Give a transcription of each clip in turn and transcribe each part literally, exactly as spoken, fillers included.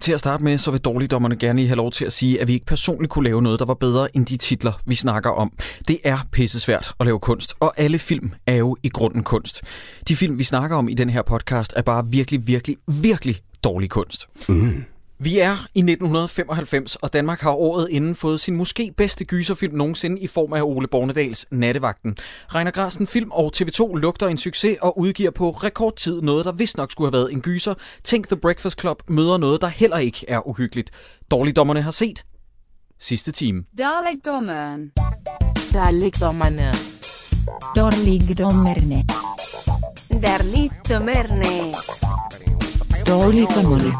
Til at starte med, så vil dårligdommerne gerne lige have lov til at sige, at vi ikke personligt kunne lave noget, der var bedre end de titler, vi snakker om. Det er pissesvært at lave kunst, og alle film er jo i grunden kunst. De film, vi snakker om i den her podcast, er bare virkelig, virkelig, virkelig dårlig kunst. Mm. Vi er i nitten femoghalvfems, og Danmark har året inden fået sin måske bedste gyserfilm nogensinde i form af Ole Bornedals Nattevagten. Regner Grasten Film og T V to lugter en succes og udgiver på rekordtid noget, der vist nok skulle have været en gyser. Tænk The Breakfast Club møder noget, der heller ikke er uhyggeligt. Dårligdommerne har set sidste time. Dårligdommerne. Dårligdommerne. Dårligdommerne. Dårligdommerne. Dårligdommerne.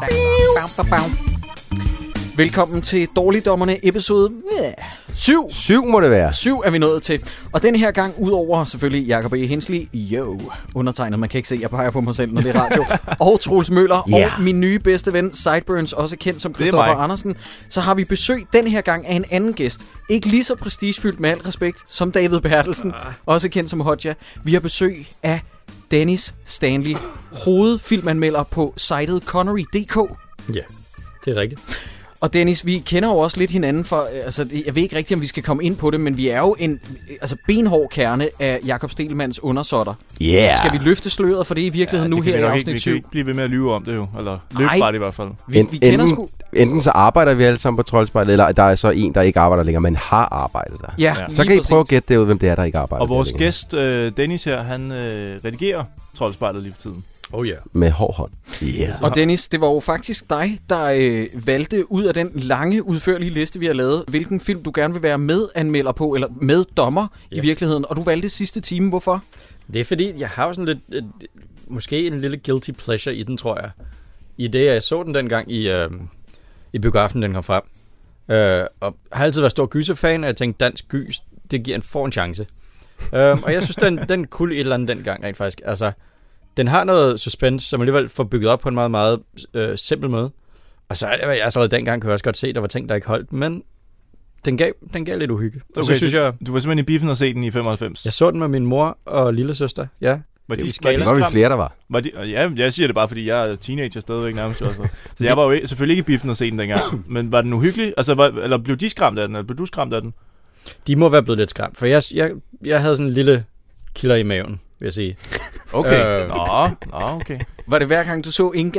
Velkommen til Dårligdommerne episode syv. Syv må det være. Syv er vi nået til. Og den her gang, udover selvfølgelig Jacob E. Hensley, yo, undertegnet, man kan ikke se, jeg peger på mig selv, når det er radio, og Troels Møller, yeah. og min nye bedste ven, Sideburns, også kendt som Christoffer Andersen, så har vi besøg den her gang af en anden gæst. Ikke lige så prestigefyldt med al respekt som David Bertelsen, også kendt som Hodja. Vi har besøg af Dennis Stanley, hovedfilmanmelder på sitet Connery punktum d k. Ja, det er rigtigt. Og Dennis, vi kender jo også lidt hinanden for, altså jeg ved ikke rigtigt, om vi skal komme ind på det, men vi er jo en altså benhård kerne af Jakob Stegelmanns undersåtter. Yeah. Skal vi løfte sløret for det i virkeligheden ja, nu her i afsnit ikke, syv? Vi kan ikke blive ved med at lyve om det jo, eller løbe fra det i hvert fald. Vi, vi kender enten, sgu... enten så arbejder vi alle sammen på Troldspejlet, eller der er så en, der ikke arbejder længere, men har arbejdet der. Ja, så kan I prøve at gætte det ud, hvem det er, der ikke arbejder. Og vores gæst, øh, Dennis her, han øh, redigerer Troldspejlet lige for tiden. Oh ja. Yeah. Med hård hånd. Yeah. Og Dennis, det var jo faktisk dig, der øh, valgte ud af den lange, udførlige liste, vi har lavet, hvilken film du gerne vil være medanmelder på, eller meddommer yeah. i virkeligheden. Og du valgte sidste time. Hvorfor? Det er fordi, jeg har sådan lidt, et, måske en lille guilty pleasure i den, tror jeg. I det, jeg så den dengang i, øh, i biografen, den kom frem. Øh, og har altid været stor gyserfan, og jeg tænkte, dansk gys, det giver en for en chance. øh, og jeg synes, den, den kunne et eller andet dengang, rent faktisk. Altså, den har noget suspense, som alligevel får bygget op på en meget, meget øh, simpel måde. Og så er det, altså dengang kunne jeg også godt se, der var ting, der ikke holdt, men den gav, den gav lidt uhygge. Okay, så synes jeg, du var simpelthen i biffen og se den i femoghalvfems? Jeg så den med min mor og lillesøster, ja. Var de, det var vi flere, der var. var de, ja, jeg siger det bare, fordi jeg er teenager stadigvæk nærmest. Også. Så jeg var jo selvfølgelig ikke i biffen og se den dengang. Men var den uhyggelig? Altså, var, eller blev de skræmt af den, eller blev du skræmt af den? De må være blevet lidt skræmt, for jeg, jeg, jeg havde sådan en lille kilder i maven, vil jeg sige. Okay. Øh, nå, nå, okay. Var det hver gang, du så Inga?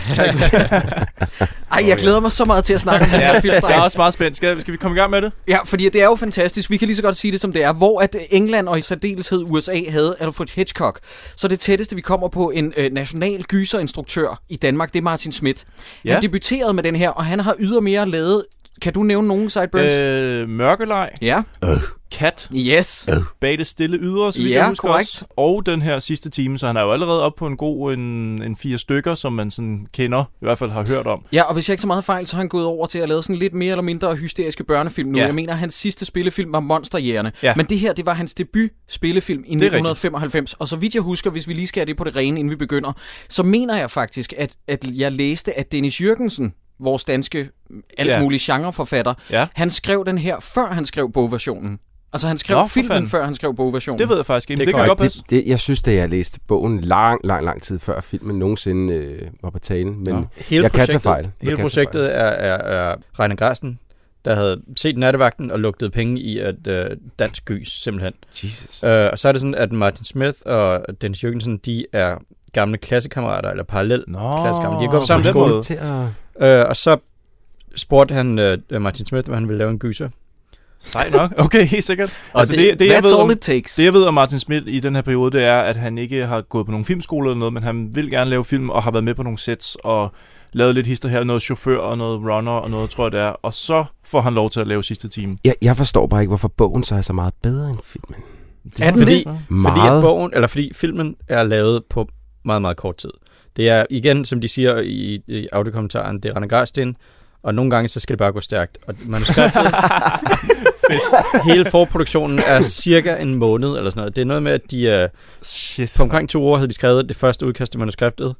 Ej, jeg glæder mig så meget til at snakke om den her film. Jeg er også meget spændt. Skal, skal vi komme i gang med det? Ja, fordi det er jo fantastisk. Vi kan lige så godt sige det, som det er. Hvor at England og i særdeleshed U S A havde Alfred Hitchcock. Så det tætteste, vi kommer på en øh, national gyserinstruktør i Danmark, det er Martin Smith. Han ja. debuterede med den her, og han har ydermere lavet... Kan du nævne nogen, Sideburns? Øh, Mørkelej. Ja. Øh. Kat. Yes. Øh. Bag det stille ydre, så vi ja, kan huske korrekt. Også. Og den her sidste time, så han er jo allerede oppe på en god en, en fire stykker, som man sådan kender, i hvert fald har hørt om. Ja, og hvis jeg ikke så meget fejl, så har han gået over til at lave sådan lidt mere eller mindre hysteriske børnefilm nu. Ja. Jeg mener, hans sidste spillefilm var Monsterjægerne. Ja. Men det her, det var hans debut spillefilm i nitten femoghalvfems. Og så vidt jeg husker, hvis vi lige skal have det på det rene, inden vi begynder, så mener jeg faktisk, at, at jeg læste, at Dennis Jürgensen, vores danske alt ja. mulige genreforfatter, ja. han skrev den her, før han skrev bogversionen. Altså han skrev Nå, filmen, før han skrev bogversionen. Det ved jeg faktisk ikke, det, det kan godt passe. Det, det, jeg synes, det jeg læste bogen lang, lang, lang tid før filmen nogensinde øh, var på talen, men ja. jeg kan tage fejl. Hele projektet er, er, er Regner Grasten, der havde set Nattevagten og lugtede penge i et øh, dansk gys, simpelthen. Jesus. Øh, og så er det sådan, at Martin Smith og Dennis Jürgensen, de er gamle klassekammerater, eller parallel klassekammerater. De har gået på samme skole. Til at... øh, og så spurgte han øh, Martin Smith, om han ville lave en gyser. Sej nok. Okay, helt sikkert. Og altså, det, det, det, jeg ved om, det jeg ved om Martin Smith i den her periode, det er, at han ikke har gået på nogen filmskole eller noget, men han vil gerne lave film og har været med på nogle sets og lavet lidt hister her, noget chauffør og noget runner og noget, tror jeg det er. Og så får han lov til at lave sidste time. Jeg, jeg forstår bare ikke, hvorfor bogen så er så meget bedre end filmen. Det er fordi, det? fordi at bogen, eller fordi filmen er lavet på meget, meget kort tid. Det er igen, som de siger i, i audiokommentaren, det er Regner Grasten, og nogle gange så skal det bare gå stærkt. Og manuskriptet, hele forproduktionen er cirka en måned eller sådan noget. Det er noget med, at de uh, på omkring to år havde de skrevet det første udkast til manuskriptet.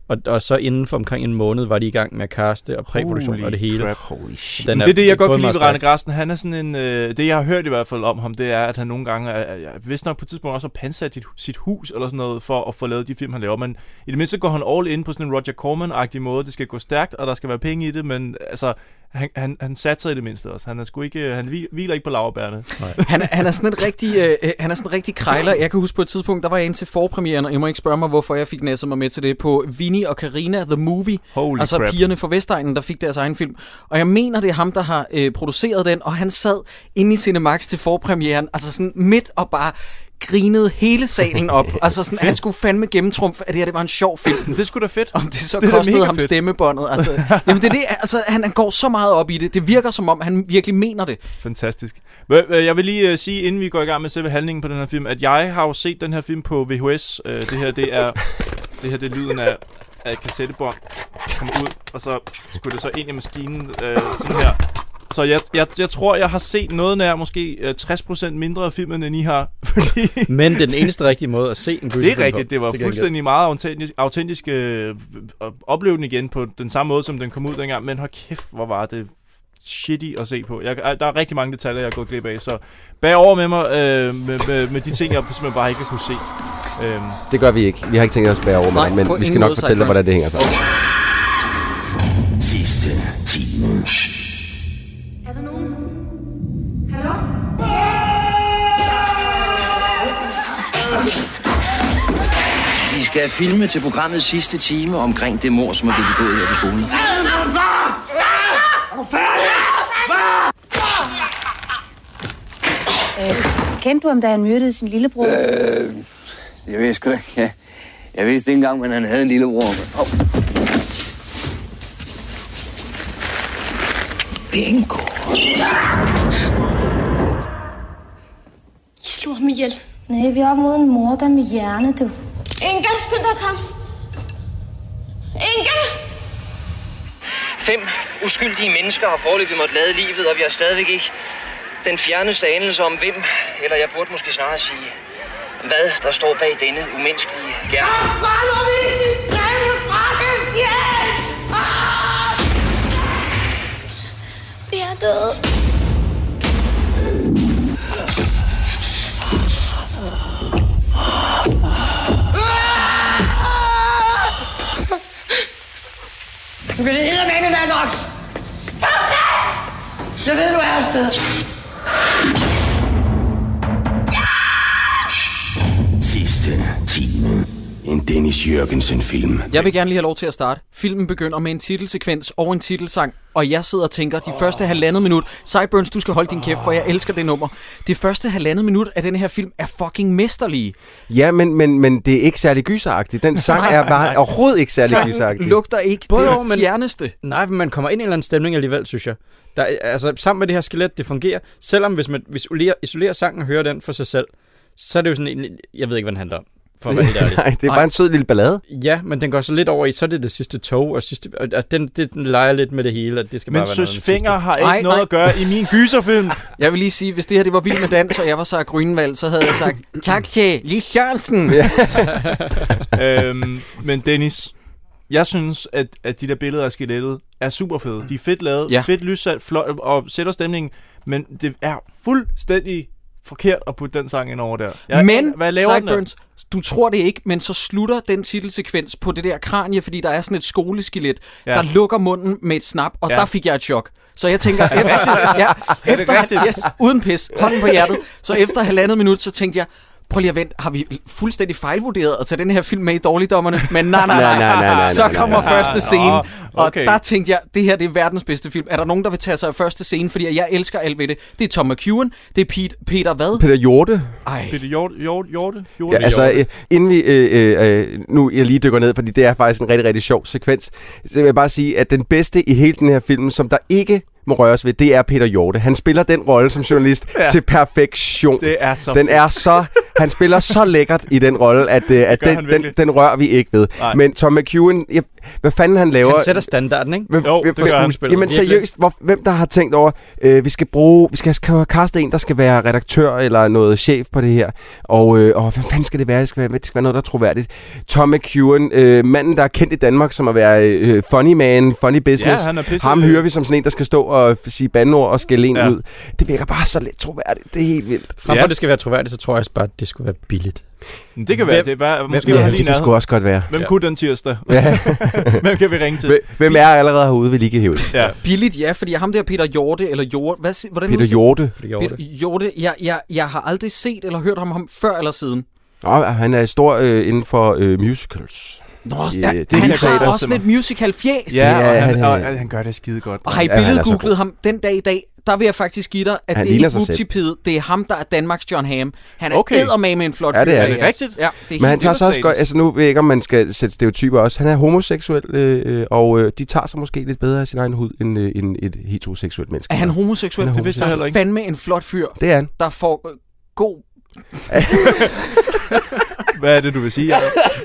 Og, og så inden for omkring en måned var de i gang med at caste og præproduktion og det hele. Holy shit. Den er, det er det, jeg godt kan lide ved Rainer Grasten. Han er sådan en... Øh, det, jeg har hørt i hvert fald om ham, det er, at han nogle gange... Er, jeg vidste nok på et tidspunkt også har pansat sit, sit hus eller sådan noget, for at få lavet de film, han laver. Men i det mindste går han all in på sådan en Roger Corman-agtig måde. Det skal gå stærkt, og der skal være penge i det, men altså... Han, han, han satser i det mindste også. Han er sgu ikke, han hviler ikke på laurbærne. han, han er sådan en rigtig, øh, han er sådan en rigtig krejler. Jeg kan huske på et tidspunkt, der var jeg inde til forpremieren, og jeg må ikke spørge mig, hvorfor jeg fik næsset mig med til det, på Vinnie og Karina The Movie. Holy altså crap. Pigerne fra Vestegnen, der fik deres egen film. Og jeg mener, det er ham, der har øh, produceret den, og han sad inde i Cinemax til forpremieren, altså sådan midt og bare grinede hele salen op. Altså sådan, han skulle fandme gennemtrumfe, at det her det var en sjov film. Det skulle da fedt. Om det så det kostede ham fedt. Stemmebåndet. Altså, jamen det er det, altså, han, han går så meget op i det. Det virker som om, han virkelig mener det. Fantastisk. Jeg vil lige uh, sige, inden vi går i gang med selve handlingen på den her film, at jeg har jo set den her film på V H S. Uh, det her, det er, det her, det er lyden af, af et kassettebånd, der kommer ud, og så skulle det så ind i maskinen, uh, sådan her. Så jeg, jeg, jeg tror, jeg har set noget nær måske uh, tres procent mindre af filmen, end I har. Fordi men det er den eneste rigtige måde at se en gyserfilm. Det er rigtigt. Det var fuldstændig meget autentisk, autentisk øh, opleve den igen på den samme måde, som den kom ud dengang. Men hold kæft, hvor var det shitty at se på. Jeg, der er rigtig mange detaljer, jeg har gået glip af. Så bag over med mig øh, med, med, med de ting, jeg simpelthen bare ikke kunne se. Øhm. Det gør vi ikke. Vi har ikke tænkt os bag over med dig, men vi skal nok fortælle dig, hvordan det hænger sammen. Sidste time. Er der nogen? Hallo? Vi skal filme til programmets sidste time omkring det mord, som er blevet begået her på skolen. Øh, kendte du ham, da han myrdede sin lillebror? Øh, jeg ved sgu da ikke. Ja. Jeg vidste ikke engang, men han havde en lillebror. Oh. Bingo. I slog ham ihjel. Nej, vi er op mod en morder med hjerne, du. Inga, skynd dig at komme. Inga! Fem uskyldige mennesker har foreløbig måttet lade livet, og vi har stadigvæk ikke den fjerneste anelse om hvem, eller jeg burde måske snarere sige, hvad der står bag denne umenneskelige gerning. Kom fra, nu er vi ikke drevne fra den! Hjælp! Vi er døde. Du kan det hedder med mig, nok! Tavsnæs! Jeg ved, du er afsted. Sidste time. En Dennis Jørgensen-film. Jeg vil gerne lige have lov til at starte. Filmen begynder med en titelsekvens og en titelsang, og jeg sidder og tænker, de første halvandet minut, Sideburns, du skal holde din kæft, for jeg elsker det nummer. Det første halvandet minut af den her film er fucking mesterlige. Ja, men, men, men det er ikke særlig gyseragtigt. Den sang nej, er bare nej. overhovedet ikke særlig Sangen gyseragtig. Lugter ikke Både det men, fjerneste. Nej, men man kommer ind i en eller anden stemning alligevel, synes jeg. Der, altså, sammen med det her skelet, det fungerer. Selvom hvis man hvis isolerer, isolerer sangen og hører den for sig selv, så er det jo sådan en, jeg ved ikke, hvad den handler om. For at være helt ærlig. Nej, det er bare Nej. en sød lille ballade. Ja, men den går så lidt over i, så er det det sidste tog, og sidste, og den, det, den leger lidt med det hele, og det skal men bare være noget. Men Søs Fenger har ikke Ej, noget nej. at gøre i min gyserfilm. Jeg vil lige sige, hvis det her det var Vild med Dans, og jeg var så Grønvald, så havde jeg sagt, tak til Lis Jørgensen. øhm, men Dennis, jeg synes, at, at de der billeder af skelettet er super fede. De er fedt lavet, ja. fedt lyssat, flot, og sætter stemningen, men det er fuldstændig forkert at putte den sang ind over der. Jeg, men, hvad laver Sideburns, du tror det ikke, men så slutter den titelsekvens på det der kranie, fordi der er sådan et skoleskelet, ja. der lukker munden med et snap, og ja. der fik jeg et chok. Så jeg tænker, efter, ja, efter yes, uden pis, hånden på hjertet, så efter halvandet minut, så tænkte jeg, prøv lige at vente, har vi fuldstændig fejlvurderet at tage den her film med i Dårligdommerne? Men nej, nej, nej, nej, nej, nej så kommer nej, nej, nej. første scene, oh, okay. og der tænkte jeg, det her det er verdens bedste film. Er der nogen, der vil tage sig af første scene? Fordi jeg elsker alt ved det. Det er Tom McEwan, det er Pete, Peter hvad? Peter Hjorte. Ej. Peter Hjorte, Hjorte, Hjorte, Hjorte. Ja, altså, øh, inden vi, øh, øh, nu jeg lige dykker ned, fordi det er faktisk en rigtig, rigtig sjov sekvens, så vil jeg bare sige, at den bedste i hele den her film, som der ikke må røres ved, det er Peter Hjorte. Han spiller den rolle som journalist ja. til perfektion. Det er så Den er så han spiller så lækkert i den rolle, at, øh, at den, den, den rører vi ikke ved. Nej. Men Tom McEwan, ja, hvad fanden han laver... Han sætter standarden, ikke? Hvem, jo, hvem, det gør han. Jamen seriøst, hvor, hvem der har tænkt over, øh, vi skal bruge, vi skal have castet en, der skal være redaktør eller noget chef på det her, og, øh, og hvad fanden skal det være? Det skal være, det skal være noget, der er troværdigt. Tom McEwan, øh, manden, der er kendt i Danmark, som at være øh, funny man, funny business. Ja, ham hører vi som sådan en, der skal stå og sige bandord og skælde en ja. ud. Det virker bare så lidt troværdigt. Det er helt vildt. Frem for ja. det skal være troværdigt, så tror jeg bare, at det skulle være billigt. Det kan hvem, være, det er bare, måske ja, være det kan sgu også godt være. Hvem ja. kunne den tirsdag? Ja. Hvem kan vi ringe til? Hvem er allerede herude ved Liggehavet? Ja. Billigt, ja, fordi ham der Peter Hjorte, eller Hjorte, hvad, hvordan Peter Hjorte. Peter Hjorte, jeg, jeg, jeg har aldrig set eller hørt om ham før eller siden. Nå, han er stor øh, inden for øh, musicals. Nå, ja, det han har også lidt musical-fjæs. Ja, og han, og han gør det skide godt. Og har I ja, billedgooglet ham den dag i dag, der vil jeg faktisk give dig, at han det er ikke Whoopty-pide. Det er ham, der er Danmarks John Hamm. Han er okay. eddermame med en flot fyr. Ja, det er, er det rigtigt? Ja, det er men han tager så også godt, altså nu ved jeg ikke, om man skal sætte stereotyper også. Han er homoseksuel, øh, og øh, de tager sig måske lidt bedre af sin egen hud, end, øh, end et heteroseksuelt menneske. Er han homoseksuel? Han er det vidste jeg heller ikke. Fandme en flot fyr. Det er han. Der får øh, god... Hvad er det, du vil sige?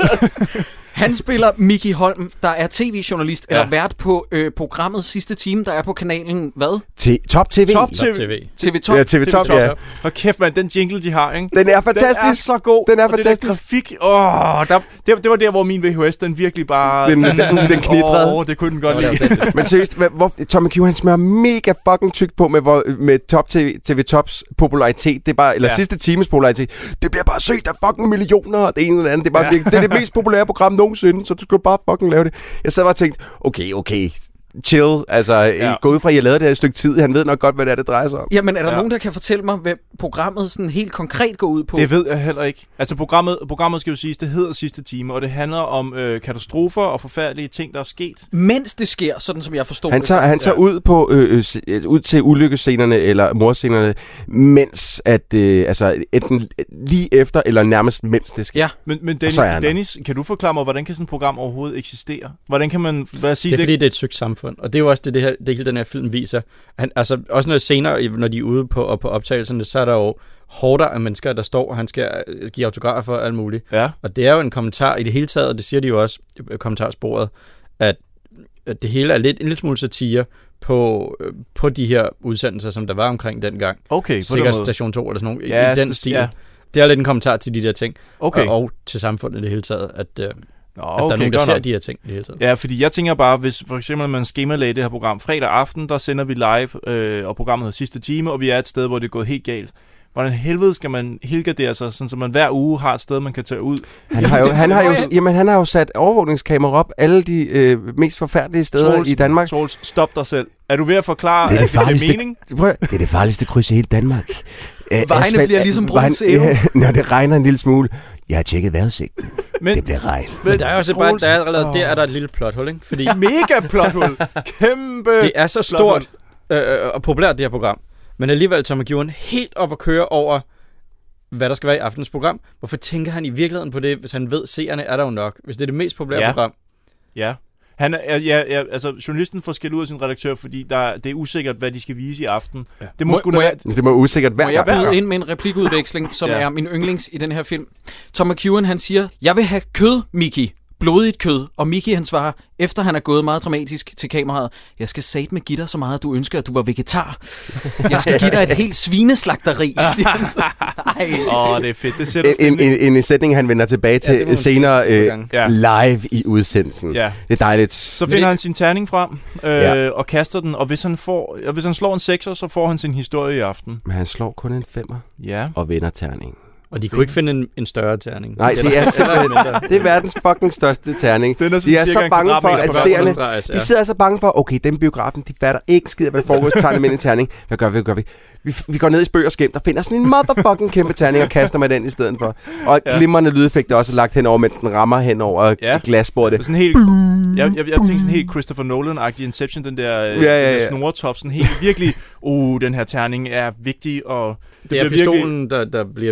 Han spiller Mickey Holm, der er tv-journalist, ja. eller vært på øh, programmet Sidste Time, der er på kanalen, hvad? T- Top T V. Top T V. T V Top. Ja, T V Top, ja. Og kæft, man, den jingle, de har, ikke? Den er fantastisk. Den er så god. Den er og fantastisk. Det der grafik, åh, der, det, det var der, hvor min V H S, den virkelig bare... Den, den, den knitrede. Åh, det kunne den godt lide. Men seriøst, hvor, Tom McEwan, han smører mega fucking tykt på med, hvor, med Top T V, T V Tops popularitet. Det er bare, eller ja. sidste times popularitet. Det bliver bare set af fucking millioner, og det ene eller andet. Det er, bare ja. virkelig, det er det mest populære program nogensinde, så du skal bare fucking lave det. Jeg sad bare og tænkte, okay, okay, chill. Altså, ja. gå ud fra, at jeg lavede det her et stykke tid. Han ved nok godt, hvad det er, det drejer sig om. Jamen, er der ja. nogen, der kan fortælle mig, hvad programmet sådan helt konkret går ud på? Det ved jeg heller ikke. Altså, programmet, programmet skal jo siges, det hedder Sidste Time, og det handler om øh, katastrofer og forfærdelige ting, der er sket. Mens det sker, sådan som jeg forstår han tager, det. Han tager ja. ud, på, øh, øh, ud til ulykkescenerne eller morscenerne, mens at, øh, altså, enten lige efter, eller nærmest mens det sker. Ja. Men, men Dennis, Dennis, kan du forklare mig, hvordan kan sådan et program overhovedet eksistere? Hvordan kan man hvad sige det? Er det? fordi, det er et søgt samfund, og det er jo også det, det, her, det hele den her film viser. Han, altså, også når senere, når de er ude på, og på optagelserne, så er der jo horder af mennesker, der står, og han skal give autografer og alt muligt. Ja. Og det er jo en kommentar i det hele taget, og det siger de jo også i kommentarsporet, at, at det hele er lidt en lille smule satire på, på de her udsendelser, som der var omkring dengang. Okay, sikkert Station to eller sådan noget, ja, i den stil. Ja. Det er lidt en kommentar til de der ting, okay. og, og til samfundet i det hele taget, at... Uh, Nå, at der okay, er nogen, der ser nok. de her ting i det hele taget. Ja, fordi jeg tænker bare, hvis for eksempel man skemalagde det her program fredag aften, der sender vi live, øh, og programmet hedder Sidste Time, og vi er et sted, hvor det er gået helt galt. Hvordan helvede skal man helgardere sig, sådan så man hver uge har et sted, man kan tage ud? Han har jo, han har jo, jamen, han har jo sat overvågningskamera op alle de øh, mest forfærdelige steder Troels, i Danmark. Troels, stop dig selv. Er du ved at forklare, det er det at det farligste, er mening? Prøv, det er det farligste kryds i hele Danmark. Vejene Asfalt, bliver ligesom brun sæve. Når det regner en lille smule. Jeg har tjekket vejrudsigten. Men det bliver regn. Men der er jo også bare, der er allerede oh. der er der et lille plothul, ikke? Fordi mega plothul. Kæmpe. Det er så stort øh, og populært det her program. Men alligevel Tom McEwan helt op at køre over, hvad der skal være i aftens program. Hvorfor tænker han i virkeligheden på det, hvis han ved, seerne er der jo nok? Hvis det er det mest populære ja. program. Ja. Han er, ja, ja, altså, journalisten får skæld ud af sin redaktør, fordi der, det er usikkert, hvad de skal vise i aften. Ja. Det må, må, må jeg, det må usikkert hver Må jeg byde ind med en replikudveksling, som ja. er min yndlings i den her film. Tom McEwan, han siger, jeg vil have kød, Mickey. Blodigt kød. Og Mickey, han svarer, efter han er gået meget dramatisk til kameraet, jeg skal satme give dig så meget, at du ønsker, at du var vegetar. Jeg skal give dig et helt svineslagteri, siger han så. Åh, oh, det er fedt. Det sætter en, en, en, en sætning, han vender tilbage til ja, senere øh, ja. live i udsendelsen. Ja. Det er dejligt. Så finder han sin terning frem øh, ja. og kaster den, og hvis han, får, og hvis han slår en sekser, så får han sin historie i aften. Men han slår kun en femmer ja. og vinder terningen. Og de kunne ikke finde en, en større terning. Nej, det er simpelthen det er verdens fucking største terning. Den er de er så bange for, at seerne... Strejs, ja. De sidder så bange for, okay, den biografen, de fatter ikke skid, hvad der foregår, så tager dem ind i en terning. Hvad gør vi, hvad gør vi? Vi, vi går ned i spøg og skæmt og finder sådan en motherfucking kæmpe terning og kaster med den i stedet for. Og ja. glimrende lydeffekt er også lagt henover, mens den rammer henover ja. glasbordet. Sådan helt... Jeg, jeg, jeg tænkte sådan helt Christopher Nolan-agtig Inception, den der, ja, ja, ja. der snoretop, sådan helt virkelig, uh, den her terning er vigtig, og... Det, det er pistolen, virkelig... der, der bliver vist, ikke?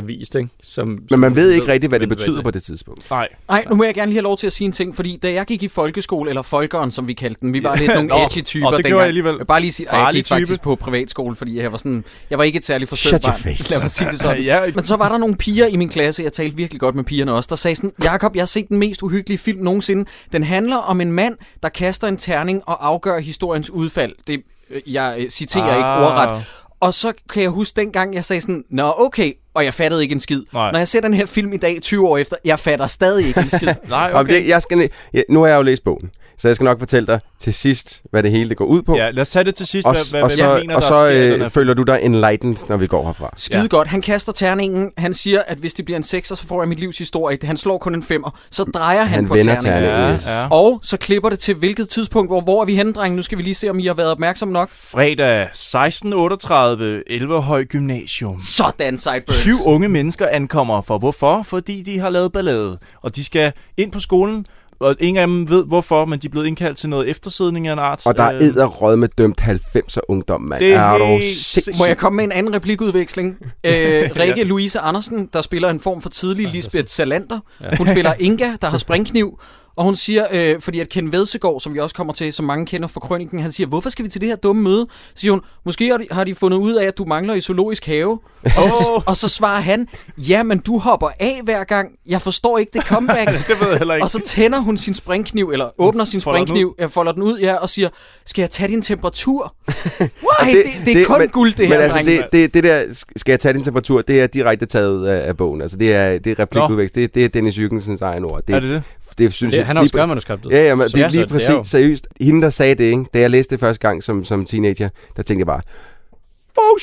ikke? Som, Men som man ved ikke ved, rigtigt, hvad det hvad betyder til. på det tidspunkt. Nej. Nej, nu må jeg gerne lige have lov til at sige en ting, fordi da jeg gik i folkeskole, eller folkeren, som vi kaldte den, vi var lidt nogle Nå, edgy typer og det dengang. gjorde jeg alligevel. Jeg bare lige sige, ej, jeg Farlig gik faktisk type. på privatskole, fordi jeg var sådan, jeg var ikke et særligt forsøgt Shut your barn. face. Lad mig sige det sådan. Ja, Men så var der nogle piger i min klasse, jeg talte virkelig godt med pigerne også, der sagde sådan, Jakob, jeg har set den mest uhyggelige film nogensinde. Den handler om en mand, der kaster en terning og afgør historiens udfald. Det, jeg citerer ah. ikke ordret. Og så kan jeg huske dengang, jeg sagde sådan, nå okay, og jeg fattede ikke en skid. Nej. Når jeg ser den her film i dag, tyve år efter, jeg fatter stadig ikke en skid. Nej, Okay. okay. Det, jeg skal, ja, nu har jeg jo læst bogen, så jeg skal nok fortælle dig til sidst, hvad det hele det går ud på. Ja, lad os tage det til sidst, og, hvad, hvad, og hvad så, jeg mener, og der så sker i den øh, her føler du dig enlightened, når vi går herfra. Skide Ja. godt. Han kaster terningen. Han siger, at hvis det bliver en sekser, så får jeg mit livs historie. Han slår kun en femmer. Så drejer han, Han på vender terningen. terningen. Ja, Yes. ja. Og så klipper det til hvilket tidspunkt. Hvor, hvor er vi henne, drenge? Nu skal vi lige se, om I har været opmærksom nok. Fredag seksten otteogtredive, Elverhøj Gymnasium. Sådan, Sideburns. Syv unge mennesker ankommer. For hvorfor? Fordi de har lavet ballade. Og de skal ind på skolen, og ingen af dem ved hvorfor, men de er blevet indkaldt til noget eftersidning af en art. Og der er Øh, edderrød med dømt halvfemser ungdom, mand. Det er er du helt sindssyg? Må jeg komme med en anden replikudveksling? Øh, Rikke Louise Andersen, der spiller en form for tidlig Lisbeth Salander. Hun spiller Inga, der har springkniv. Og hun siger, øh, fordi at Ken Vedsegaard, som vi også kommer til, som mange kender fra krøniken, han siger, hvorfor skal vi til det her dumme møde? Så siger hun, måske har de, har de fundet ud af, at du mangler i zoologisk have. Og så, og så svarer han, ja, men du hopper af hver gang. Jeg forstår ikke det comeback. Det ved jeg heller ikke. Og så tænder hun sin springkniv, eller åbner sin Folder den springkniv, jeg folder den ud, ja, og siger, skal jeg tage din temperatur? Ej, Og det, det, det er kun men, guld, det men her, altså, drenge. det, det, det der, skal jeg tage din temperatur, det er direkte taget ud af, af bogen. Altså, det er, det er replikudvækst. Det, det er Dennis Jürgensens egen ord. Det, Er det det? det synes Det, jeg, han har jo lige- skrevet manuskriptet. Ja, ja, men Så det er ja, lige så det præcis er jo- seriøst. Hende, der sagde det, ikke? Da jeg læste det første gang som, som teenager, der tænkte jeg bare, oh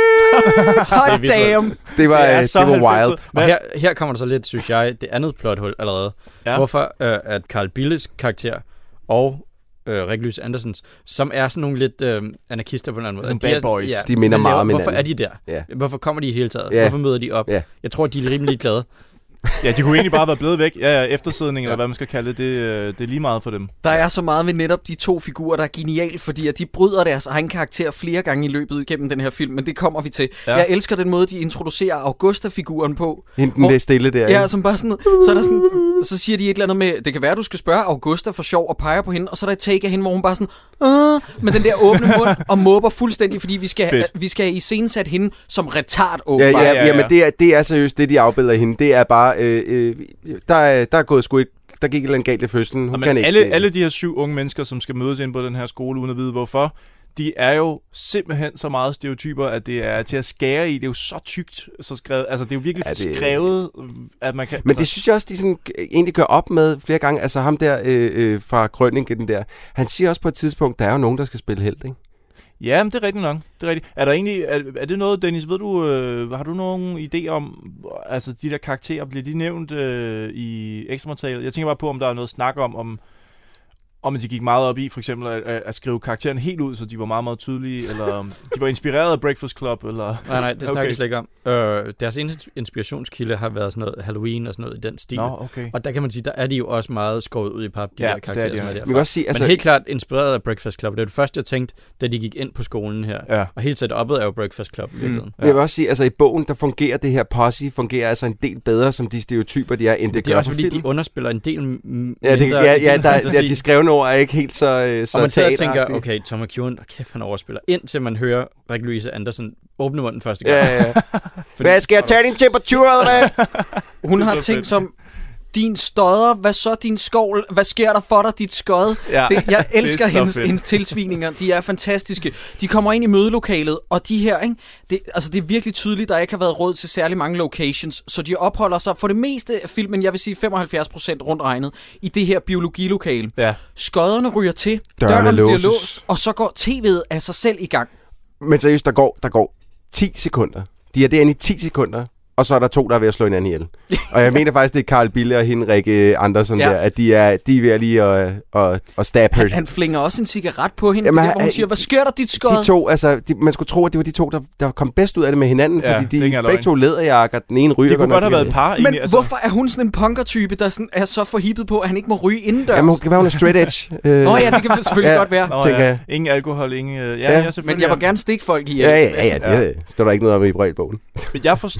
shit! God vildt damn! Det var, Det er øh, så det var halvfemser. wild. Og her, her kommer der så lidt, synes jeg, det andet plothul allerede. Ja. Ja. Hvorfor øh, at Carl Billes karakter og øh, Rikke Louise Andersens, som er sådan nogle lidt øh, anarkister på en eller anden måde. Som at de er bad sådan- boys. De minder hvad meget laver- om Hvorfor hinanden. er de der? Ja. Hvorfor kommer de i hele taget? Ja. Hvorfor møder de op? Ja. Jeg tror, de er rimelig glade. Ja, de kunne egentlig bare være blevet væk. Ja, ja, eftersidning, ja. Eller hvad man skal kalde det, det, øh, det er lige meget for dem. Der er så meget ved netop de to figurer, der er genialt, fordi at de bryder deres egen karakter flere gange i løbet igennem den her film, men det kommer vi til. Ja. Ja. Jeg elsker den måde, de introducerer Augusta-figuren på. Hende, Hvor- det er stille der, Ja, ikke? som bare sådan, så er der sådan, så siger de et eller andet med, det kan være, du skal spørge Augusta for sjov og peger på hende, og så er der et take af hende, hvor hun bare sådan, Åh! med den der åbne mund og måber fuldstændig, fordi vi skal, Fedt. vi skal iscenesat hende som retard Ja, åbenbart. ja, ja, ja, ja. men det er, det er seriøst, det de afbilder hende. Det er bare, øh, øh, der, er, der er gået sgu et, der gik et eller andet galt i fødslen. Hun Og kan men ikke. alle, alle de her syv unge mennesker, som skal mødes ind på den her skole, uden at vide hvorfor, de er jo simpelthen så meget stereotyper, at det er til at skære i. Det er jo så tykt så skrevet. Altså, det er jo virkelig Ja, ja, det- skrevet, at man kan... Men det synes jeg også, de sådan, øh, egentlig gør op med flere gange. Altså ham der øh, øh, fra Krøningen der, han siger også på et tidspunkt, der er jo nogen, der skal spille held, ikke? Ja, men det er rigtigt nok. Det er, rigtigt. Er der egentlig, er, er det noget, Dennis, ved du, øh, har du nogen idé om, altså de der karakterer, bliver de nævnt øh, i ekstramaterialet? Jeg tænker bare på, om der er noget snak om, om, om at de gik meget op i, for eksempel at, at, at skrive karakteren helt ud, så de var meget, meget tydelige, eller om de var inspireret af Breakfast Club, eller... Nej, nej, det snakker Okay. vi slet ikke om. Øh, deres eneste inspirationskilde har været sådan noget Halloween og sådan noget i den stil. Nå, okay. Og der kan man sige, der er de jo også meget skåret ud i pap, de Ja, ja, det er karakterer, de, som er ja. derfra. Man kan også sige, altså, Men helt klart inspireret af Breakfast Club. Det var det første, jeg tænkte, da de gik ind på skolen her. Ja. Og helt setup'et er jo Breakfast Club i virkeligheden. Men jeg vil også sige, altså i bogen, der fungerer det her posse, fungerer altså en del bedre, som de stereotyper, de er, end det, Det gør er også på fordi, film. de underspiller en del m- Ja, det, mindre ja, i ja, din der, fantasi. ja, de skrevne ord er ikke helt så, øh, så Og man sidder og tænker, teateragtige. okay, Tom McEwan, kæft, han overspiller. Indtil man hører Rikke Louise Andersen åbne munden første gang. Ja, ja. Fordi- Hvad, skal jeg tage din temperatur, eller hvad? Hun Det er har så ting fedt. som, din stodder, hvad så din skovl, hvad sker der for dig, dit skod? Ja, Det, jeg elsker så hendes, fedt. hendes tilsvininger, de er fantastiske. De kommer ind i mødelokalet, og de her, ikke? Det, altså det er virkelig tydeligt, der ikke har været råd til særlig mange locations, så de opholder sig for det meste af filmen, jeg vil sige femoghalvfjerds procent rundt regnet, i det her biologilokale. Ja. Skodderne ryger til, Dørene døren bliver låses. låst, og så går tv'et af sig selv i gang. Men seriøst, der går, der går ti sekunder. De er derinde i ti sekunder, og så er der to, der er ved at slå hinanden ihjel. Og jeg mener faktisk, det er Carl Bille og hende, Rikke Andersen Ja. der, at de er, de er ved at lige at, at, at stab her. Han, han flinger også en cigaret på hende, Jamen, Jamen, der, hvor hun han- siger, hvad sker der, dit skod? De to, altså, de, man skulle tro, at det var de to, der, der kom bedst ud af det med hinanden, Ja, fordi det er ikke de engang begge løgn. to læderjakker, den ene ryger De kunne nok godt have været ikke. et par, Men egentlig. altså, hvorfor er hun sådan en punker-type, der sådan er så forhippet på, at han ikke må ryge indendørs? Jamen, hun kan være, hun er straight edge. øh, Nå ja, det kan selvfølgelig Ja. godt være. Nå, tænker ja. jeg. Ingen alkohol, ingen... Øh, ja, Ja, ja, Men selvfølgelig. jeg vil gerne stikke folk ihjel. Ja, ja, ja, ja, det Ja. ja. står der ikke noget om i regelbogen. Men jeg forstår ikke,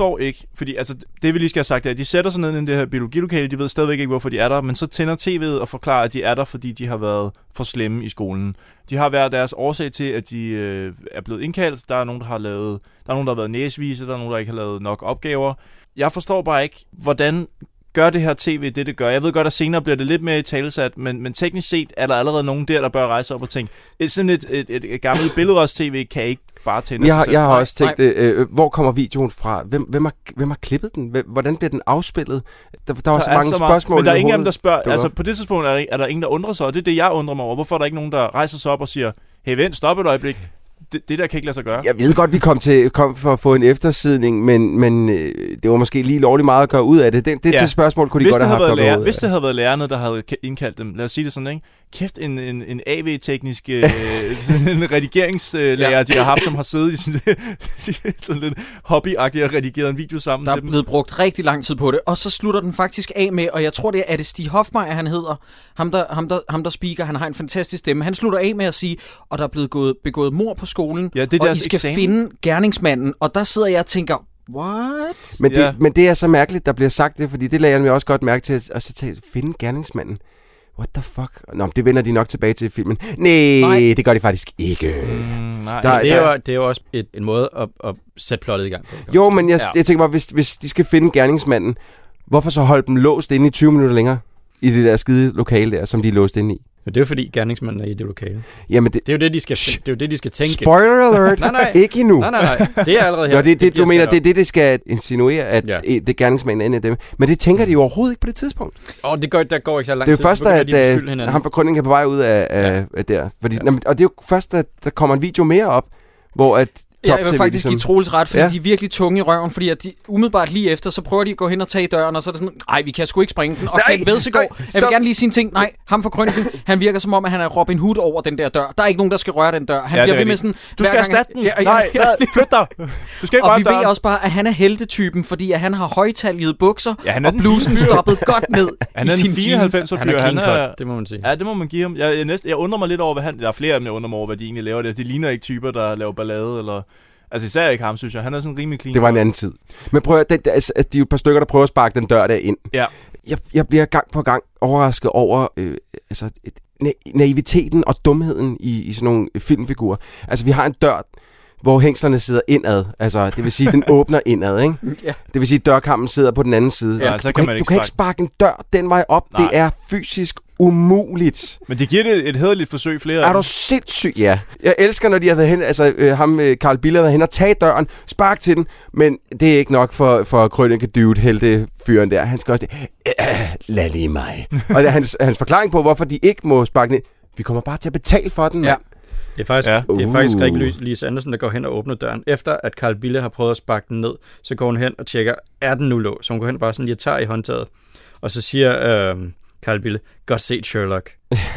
fordi altså, det vi lige skal have sagt er, at de sætter sig ned i det her biologilokale, de ved stadigvæk ikke, hvorfor de er der, men så tænder tv'et og forklarer, at de er der, fordi de har været for slemme i skolen. De har været deres årsag til, at de øh, er blevet indkaldt. Der er nogen, der har lavet, der er nogen, der har været næsvise, der er nogen, der ikke har lavet nok opgaver. Jeg forstår bare ikke, hvordan gør det her tv det, det gør. Jeg ved godt, at senere bliver det lidt mere i talesat, men, men teknisk set er der allerede nogen der, der bør rejse op og tænke, sådan et, et, et, et gammelt billedrørs-tv kan ikke bare tænde jeg, sig selv. Jeg har også tænkt, øh, hvor kommer videoen fra? Hvem, hvem, har, hvem har klippet den? Hvem, hvordan bliver den afspillet? Der, der var der så mange så meget, spørgsmål. Men der er ingen af dem, der spørger. Altså, på det tidspunkt er der, er der ingen, der undrer sig, og det er det, jeg undrer mig over. Hvorfor er der ikke nogen, der rejser sig op og siger, hey, vent, stop et øjeblik. Det, det der kan ikke lade sig gøre. Jeg ved godt, vi kom, til, kom for at få en eftersidning, men, men øh, det var måske lige lovligt meget at gøre ud af det. Det, det ja. til spørgsmål kunne de hvis godt have haft været lærer, ud. Hvis det havde været lærerne, der havde indkaldt dem, lad os sige det sådan, ikke? Kæft, en, en, en A V-teknisk øh, en redigeringslærer, ja. de har haft, som har siddet i sådan, sådan lidt hobbyagtigt og redigeret en video sammen der til dem. Der er blevet brugt rigtig lang tid på det, og så slutter den faktisk af med, og jeg tror det er, er det Stig Hofmeier, han hedder, ham der, ham, der, ham der speaker, han har en fantastisk stemme. Han slutter af med at sige, og der er blevet gået, begået mord på skolen, ja, det er og deres I skal eksamen. finde gerningsmanden, og der sidder jeg og tænker, what? Men det, ja. men det er så mærkeligt, der bliver sagt det, fordi det lagde jeg mig også godt mærke til, at, at, at finde gerningsmanden. What the fuck? Nå, det vender de nok tilbage til i filmen. Nej, nej. Det gør de faktisk ikke. Mm, nej. Der, det, er jo, det er jo også et, en måde at, at sætte plottet i gang på. Jo, men jeg, ja. jeg tænker bare, hvis, hvis de skal finde gerningsmanden, hvorfor så holde dem låst inde i tyve minutter længere? I det der skide lokale der, som de er låst inde i. Ja, det er jo fordi gerningsmanden er i det lokale. Jamen det, det er jo det, de skal, det er jo det, de skal tænke. Spoiler alert! nej, nej. Ikke endnu. Nej, nej, nej. Det er allerede her. Nå, det, det, det du mener, det er det, det skal insinuere, at ja. det er gerningsmanden er en af dem. Men det tænker de jo overhovedet ikke på det tidspunkt. Åh, oh, det går, der går ikke så lang tid. tid. Det er jo først, at, at ham fra Krønning er på vej ud af, af, ja. af der. Fordi, ja. Og det er jo først, at der kommer en video mere op, hvor at Ja, jeg vil faktisk ligesom give Troels ret, fordi ja. de er virkelig tunge i røven, fordi at de umiddelbart lige efter, så prøver de at gå hen og tage i døren, og så er det sådan, nej, vi kan sgu ikke springe den. Og Kent Vedsegård, jeg vil gerne lige sige en ting, nej, ham fra Krøniken, han virker som om, at han er Robin Hood over den der dør. Der er ikke nogen, der skal røre den dør. Han ja, bliver ved med sådan, du skal erstatte den. Ja, ja, nej, ja, flyt dig. Du skal ikke og vi døren. ved også bare, at han er heltetypen, fordi at han har højtaljede bukser, ja, og blusen stoppet godt ned han er en fireoghalvfemser fyr. Han er cut, det må man sige. Ja, det må man give ham. Jeg, jeg, næste, jeg undrer mig lidt over, hvad han... Der er flere af dem, jeg undrer mig over, hvad de egentlig laver. Det, det ligner ikke typer, der laver ballade, eller... Altså især ikke ham, synes jeg. Han er sådan rimelig clean. Det var en anden tid. Men prøv at... Det, altså, de er jo et par stykker, der prøver at sparke den dør der ind. Ja. Jeg, jeg bliver gang på gang overrasket over... Øh, altså, et, na- naiviteten og dumheden i, i sådan nogle filmfigurer. Altså, vi har en dør, hvor hængslerne sidder indad. Altså, det vil sige, den åbner indad, ikke? Ja. Det vil sige, at dørkampen sidder på den anden side. Ja, du, så du, kan, kan, man du kan ikke sparke en dør den vej op. Nej. Det er fysisk umuligt. Men det giver det et hæderligt forsøg flere Er du sindssyg? Ja. Jeg elsker, når de har været hen, altså øh, ham, øh, Carl Biller, har været hen og tage døren, spark til den, men det er ikke nok for, for Krønike Dude, heltefyren der. Han skal også det. Øh, lad lige mig. Og det er hans, hans forklaring på, hvorfor de ikke må sparke ned. Vi kommer bare til at betale for den. Ja. Det er faktisk, ja. det er faktisk uh. Rikke Lise Andersen, der går hen og åbner døren. Efter at Carl Bille har prøvet at sparke den ned, så går hun hen og tjekker, er den nu låst? Så hun går hen og bare sådan lige tager i håndtaget. Og så siger øh, Carl Bille, godt set Sherlock.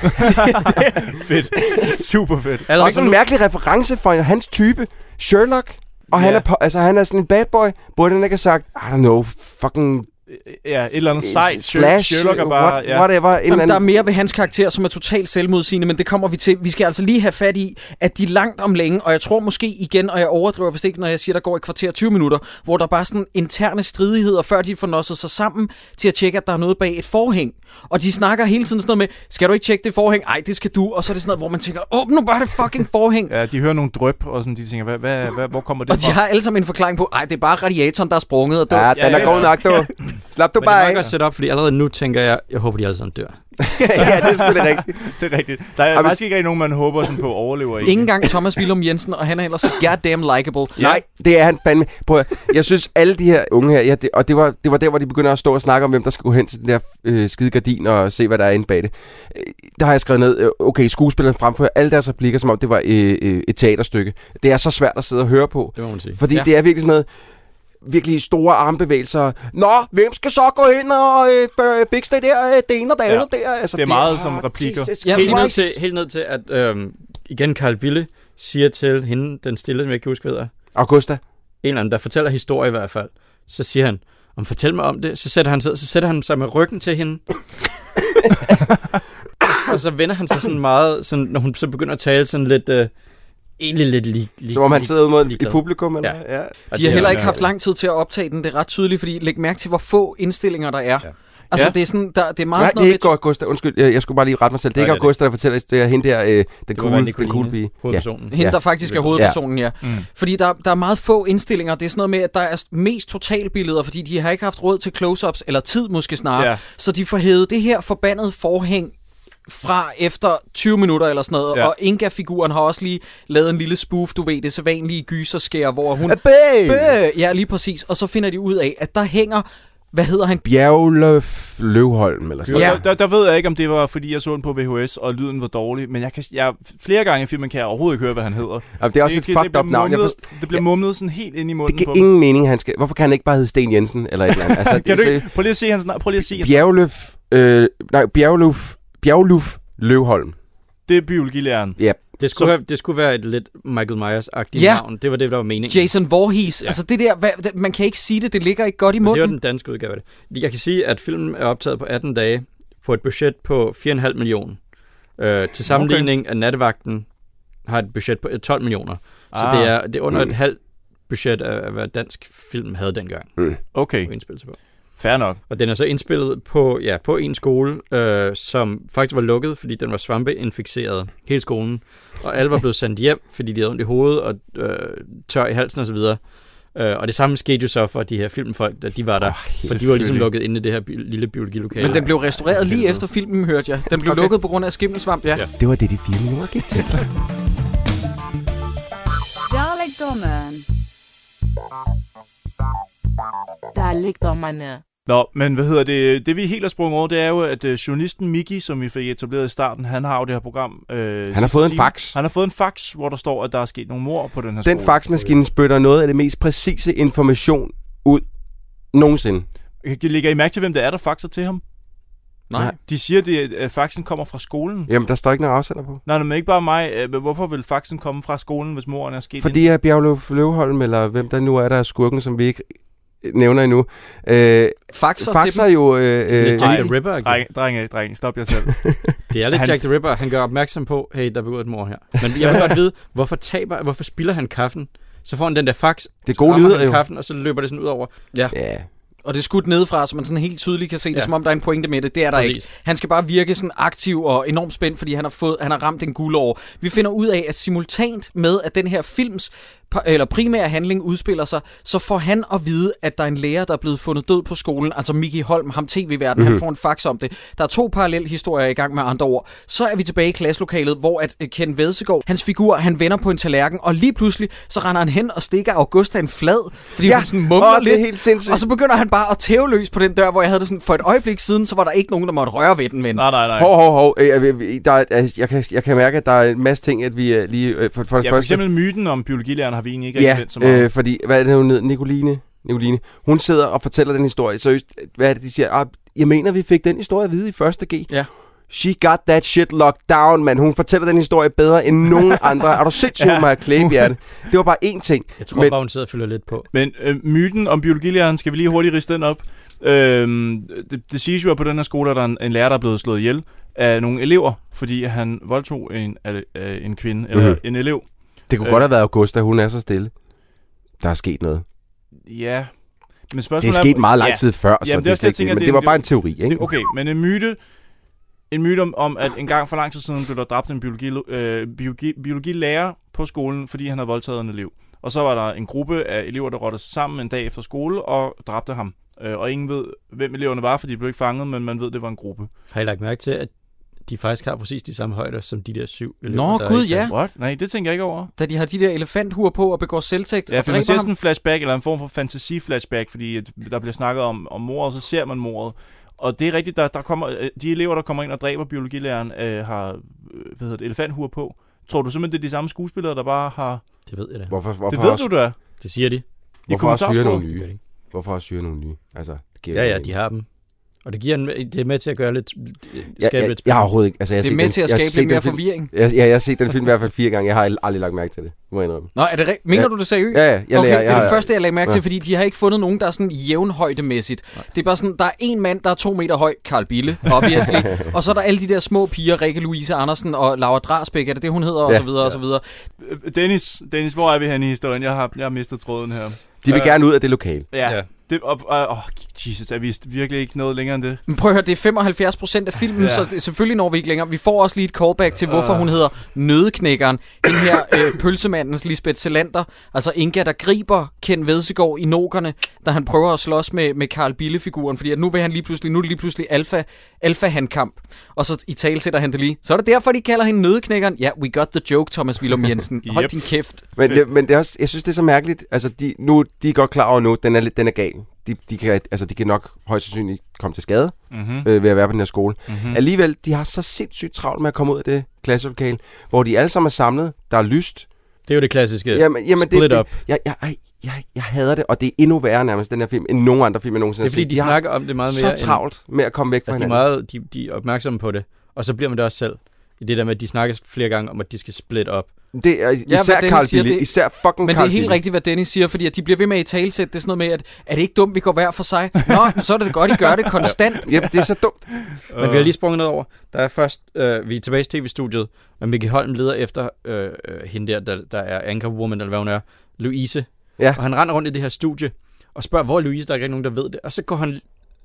Fedt. Super fedt. Og sådan en mærkelig reference for hans type. Sherlock. Og yeah. han, er på, altså, han er sådan en bad boy. Burde han ikke have sagt, I don't know, fucking... Ja, et eller andet sejt. Slash, Sherlock er bare... What, ja. whatever. Jamen, anden... Der er mere ved hans karakter, som er totalt selvmodsigende, men det kommer vi til. Vi skal altså lige have fat i, at de langt om længe, og jeg tror måske igen, og jeg overdriver hvis ikke, når jeg siger, der går et kvarter tyve minutter, hvor der bare sådan interne stridigheder, før de får nosset sig sammen til at tjekke, at der er noget bag et forhæng. Og de snakker hele tiden sådan noget med, skal du ikke tjekke det forhæng? Ej, det skal du. Og så er det sådan noget, hvor man tænker, åbn nu bare det fucking forhæng. Ja, de hører nogle dryp, og sådan, de tænker, hvad, hvad, hvad, hvor kommer det og fra? Og de har alle sammen en forklaring på, ej, det er bare radiatoren, der er sprunget. Og ja, den er ja, god nok, du. Slap du bare af. godt sætte op, fordi allerede nu tænker jeg, jeg håber, de alle sammen dør. Ja, det er selvfølgelig rigtigt. Det er rigtigt. Der er og faktisk hvis... ikke nogen, man håber sådan på overlever. Ingen gang Thomas Willum Jensen, og han er ellers så goddamn likeable. Ja. Nej, det er han fandme. Prøv at, jeg synes, alle de her unge her, ja, det, og det var, det var der, hvor de begynder at stå og snakke om, hvem der skal gå hen til den der øh, skide gardin og se, hvad der er inde bag det. Øh, der har jeg skrevet ned, øh, okay, skuespillerne fremfører alle deres replikker, som om det var øh, øh, et teaterstykke. Det er så svært at sidde og høre på. Det må man sige. Fordi ja. det er virkelig sådan noget, virkelig store armbevægelser. Nå, hvem skal så gå hen og øh, fikse det der, det ene og det andet ja. der? Altså, det er meget det, som replikker. Ja, helt, ned til, helt ned til, at øhm, igen Carl Bille siger til hende, den stille, som jeg ikke kan huske, hvad der. Augusta. En eller anden, der fortæller historie i hvert fald. Så siger han, om fortæl mig om det. Så sætter han sig, så sætter han sig med ryggen til hende. og, og så vender han sig sådan meget, sådan, når hun så begynder at tale sådan lidt... Øh, egentlig lidt lige... Li- Som om han sidder ude mod ligeglad. i publikum, eller? Ja. Ja. De har heller ikke haft lang tid til at optage den. Det er ret tydeligt, fordi læg mærke til, hvor få indstillinger der er. Ja. Altså, Ja. det er sådan, der, det er meget Nej, sådan det er noget ikke Augusta. Undskyld, jeg, jeg skulle bare lige rette mig selv. Det er Nej, ikke det er Augusta, der fortæller, det er hende der, øh, den Det cool, var den cool pige. hovedpersonen. hende, Ja. der faktisk er hovedpersonen, ja. Mm. Fordi der, der er meget få indstillinger. Det er sådan noget med, at der er mest totalbilleder, fordi de har ikke haft råd til close-ups, eller tid måske snarere. Ja. Så de får hævet det her forbandede forhæng fra efter tyve minutter eller sådan noget. Ja. Og Inga-figuren har også lige lavet en lille spoof, du ved, det sædvanlige gyserskær, hvor hun... Abæ! Bøh! Ja, lige præcis. Og så finder de ud af, at der hænger... Hvad hedder han? Bjergløf Løvholm, eller sådan Ja. noget. Der, der, der ved jeg ikke, om det var, fordi jeg så den på V H S, og lyden var dårlig, men jeg kan, jeg, flere gange i filmen kan jeg overhovedet ikke høre, hvad han hedder. Ja, det er også et fucked bliver up navn. Jeg mumlet- forst- Det bliver mumlet sådan helt ind i munden Det på giver dem. ingen mening, han skal... Hvorfor kan han ikke bare hedde Sten Jensen, eller et eller andet? Altså, Kan det, du så- ikke? Prøv lige at se hans navn. Prøv lige at se hans Bjergløf... Øh, nej, Bjergløf... Bjergløf Løvholm. Det er biologilæreren. Ja. Det skulle, Så- have, det skulle være et lidt Michael Myers-agtigt Ja. navn. Det var det, der var meningen. Jason Voorhees. Ja. Altså det der, hvad, det, man kan ikke sige det, det ligger ikke godt i Men det var munden. den danske udgave af det. Jeg kan sige, at filmen er optaget på atten dage på et budget på fire komma fem millioner. Øh, til sammenligning okay. af Nattevagten har et budget på tolv millioner. Så Ah. det er, det er under Mm. et halvt budget af, hvad dansk film havde dengang. Mm. Okay, At indspille sig på. fair nok. Og den er så indspillet på, ja, på en skole, øh, som faktisk var lukket, fordi den var svampeinficeret, hele skolen. Og alle var blevet sendt hjem, fordi de havde ondt i hovedet og øh, tør i halsen osv. Øh, og det samme skete jo så for de her filmfolk, da de var der. Oh, For de var ligesom selvfølgelig. lukket inde i det her bi- lille biologilokale. Men den blev restaureret lige efter filmen, hørte jeg. Den blev Okay. lukket på grund af skimmelsvamp, ja. Ja. Det var det, de fire millioner gik til. Dalekdommeren. Dalekdommerne. Nå, men hvad hedder det? Det vi helt har sprunget over, det er jo, at uh, journalisten Mickey, som vi fik etableret i starten, han har jo det her program. Øh, Han har fået en fax. Han har fået en fax, hvor der står, at der er sket nogle mord på den her Den skole. faxmaskine spytter noget af det mest præcise information ud nogensinde. Lægger I mærke til, hvem det er, der faxer til ham? Nej. De siger, det, at faxen kommer fra skolen. Jamen, der står ikke noget afsender på. Nej, men ikke bare mig. Øh, men Hvorfor vil faxen komme fra skolen, hvis moren er sket? Fordi er Bjergløf Løvholm, eller hvem der nu er, der er skurken, som vi ikke nævner endnu, øh, Faxer, faxer til jo... Øh, Sådan øh, lidt Jack the Ripper. Drenge, drenge, drenge, stop jer selv. Det er lidt Han- Jack the Ripper. Han gør opmærksom på, hey, der er begået et mord her. Men jeg vil godt vide, hvorfor taber, hvorfor spilder han kaffen? Så får han den der fax, det er gode rammer lyder han jo. kaffen, og så løber det sådan ud over. Ja. Ja. Og det er skudt nedefra, så man sådan helt tydeligt kan se det, Ja. som om der er en pointe med det. Det er der Præcis. ikke. Han skal bare virke sådan aktiv og enormt spændt, fordi han har, fået, han har ramt en guldår. Vi finder ud af, at simultant med, at den her films eller primære handling udspiller sig, så får han at vide, at der er en lærer, der er blevet fundet død på skolen, altså Mickey Holm, ham tv-verden, mm-hmm. han får en fax om det. Der er to parallelle historier i gang med andre ord. Så er vi tilbage i klasselokalet, hvor at Ken Vedsegaard, hans figur, han vender på en tallerken, og lige pludselig, så render han hen og stikker Augusta en flad, fordi Ja, hun sådan mumler åh, det er lidt. helt sindssygt. Og så begynder han bare at tæve løs på den dør, hvor jeg havde det sådan, for et øjeblik siden, så var der ikke nogen, der måtte røre ved den, ven. Nej, nej, nej. Hov, hov, hov. Øh, jeg- jeg- Der er, altså, jeg, kan, jeg kan mærke, at der er en masse ting, at vi øh, lige... øh, For, for det Ja, for første, eksempel myten om biologilæreren har vi egentlig ikke rigtig ja, vendt så meget. øh, fordi, hvad er det, hun hed? Nicoline? Nicoline. Hun sidder og fortæller den historie. Seriøst, hvad er det, de siger? Ah, jeg mener, vi fik den historie at vide i første G. Ja. She got that shit locked down, man. Hun fortæller den historie bedre end nogen andre. Er du sindssygt, Ja. Maja Klæbhjerte? Det var bare én ting. Jeg tror Men- bare, hun sidder og følger lidt på. Men øh, myten om biologilæreren, skal vi lige hurtigt riste den op. Øhm, det, det siges jo, at på den her skole, der er en, en lærer, der er blevet slået ihjel af nogle elever, fordi han voldtog en, øh, en kvinde, eller Mhm. en elev. Det kunne Øh. godt have været Augusta. Hun er så stille. Der er sket noget. Ja. Men Det spørgsmålet er sket meget lang tid før, så Jamen, det er også slet det, jeg ikke tænker, det. Men det- det var det- bare en teori, ikke? Det, okay, men en myte, en myte om, om, at en gang for lang tid siden blev der dræbt en biologi, øh, biologi, biologilærer på skolen, fordi han havde voldtaget en elev. Og så var der en gruppe af elever, der rottede sig sammen en dag efter skole og dræbte ham. Øh, og ingen ved, hvem eleverne var, fordi de blev ikke fanget, men man ved, det var en gruppe. Har I lagt mærke til, at de faktisk har præcis de samme højder som de der syv elever, Nå, der er gud, i ja. klassen? What? Nej, det tænker jeg ikke over. Da de har de der elefanthuer på og begår selvtægt Ja, og for man dræber ser ham. sådan en flashback, eller en form for fantasy-flashback, fordi at der bliver snakket om, om mordet, og så ser man mordet. Og det er rigtigt, der, der kommer, øh, de elever, der kommer ind og dræber biologilæreren, øh, har øh, hvad hedder det, elefanthuer på. Tror du simpelthen, det er de samme skuespillere, der bare har... Det ved jeg da. Hvorfor, hvorfor Det ved også, du da. Det siger de. hvorfor også syre kommentarsporet. nogle nye? Hvorfor også syre nogle nye? Altså, det giver Ja, jo ja, mening. de har dem. Og det, giver en, det er med til at gøre lidt... Jeg, jeg, jeg har overhovedet ikke... Altså, jeg det er med den, til at skabe lidt mere forvirring. Jeg, jeg, jeg har set den film i hvert fald fire gange. Jeg har aldrig lagt mærke til det. Må jeg indrømme. Nå, er det re- Mener ja. du det seriøst? Ja, ja. Jeg okay, lærer, det er jeg, det første, jeg lagde mærke ja. til, fordi de har ikke fundet nogen, der er sådan jævnhøjdemæssigt. Nej. Det er bare sådan, der er en mand, der er to meter høj, Carl Bille, obviously. Og så er der alle de der små piger, Rikke Louise Andersen og Laura Drasbæk, er det det, hun hedder, ja. og så videre, ja. og så videre. Dennis, Dennis, hvor er vi henne i historien? Jeg har, jeg har mistet tråden her. De vil uh, gerne ud af det lokale. Ja. ja. Det, og, og, oh, Jesus, er vi virkelig ikke noget længere end det? Men prøv at høre, det er femoghalvfjerds procent af filmen, ja. så det, selvfølgelig når vi ikke længere. Vi får også lige et callback til, hvorfor uh. hun hedder Nødeknækkeren. Den her øh, pølsemandens Lisbeth Salander, altså Inga, der griber Ken Vedsegaard i nokerne, da han prøver at slås med, med Carl Bille-figuren, fordi at nu vil han lige pludselig, nu er det lige pludselig alfa, alfa-handkamp. Og så i tale sætter han det lige. Så er det derfor, de kalder hende Nødeknækkeren. Ja, yeah, we got the joke, Thomas Willum Jensen. Hold yep. din kæft. Men, det, men det er også, jeg synes, det er så mærkeligt. Altså, de, nu, de er godt klar over nu, den er, den er gal. De, de, kan, altså, de kan nok højst sandsynligt komme til skade mm-hmm. øh, ved at være på den her skole. Mm-hmm. Alligevel, de har så sindssygt travlt med at komme ud af det klasselokale, hvor de alle sammen er samlet. Der er lyst. Det er jo det klassiske jamen, jamen, split det, up. Det, jeg, jeg, jeg, jeg hader det, og det er endnu værre nærmest, den her film, end nogen andre film, jeg nogensinde har set. Det er fordi, de, de snakker om det meget mere. Så travlt med at komme væk fra altså, hinanden. De er, meget, de, de er opmærksomme på det, og så bliver man det også selv. I det der med, at de snakker flere gange om, at de skal split up. Det er især ja, Carl Bille, især fucking Carl Bille. Men det er helt rigtigt, hvad Dennis siger, fordi at de bliver ved med i talesæt. Det er sådan noget med, at er det ikke dumt, vi går hver for sig? Nå, så er det godt, I gør det konstant. Ja, det er så dumt. Men vi har lige sprunget noget over. Der er først, øh, vi er tilbage i tv-studiet, og Mickey Holm leder efter øh, hende der, der, der er anchorwoman, eller hvad hun er, Louise. Ja. Og han render rundt i det her studie, og spørger, hvor er Louise, der er ikke nogen, der ved det. Og så går han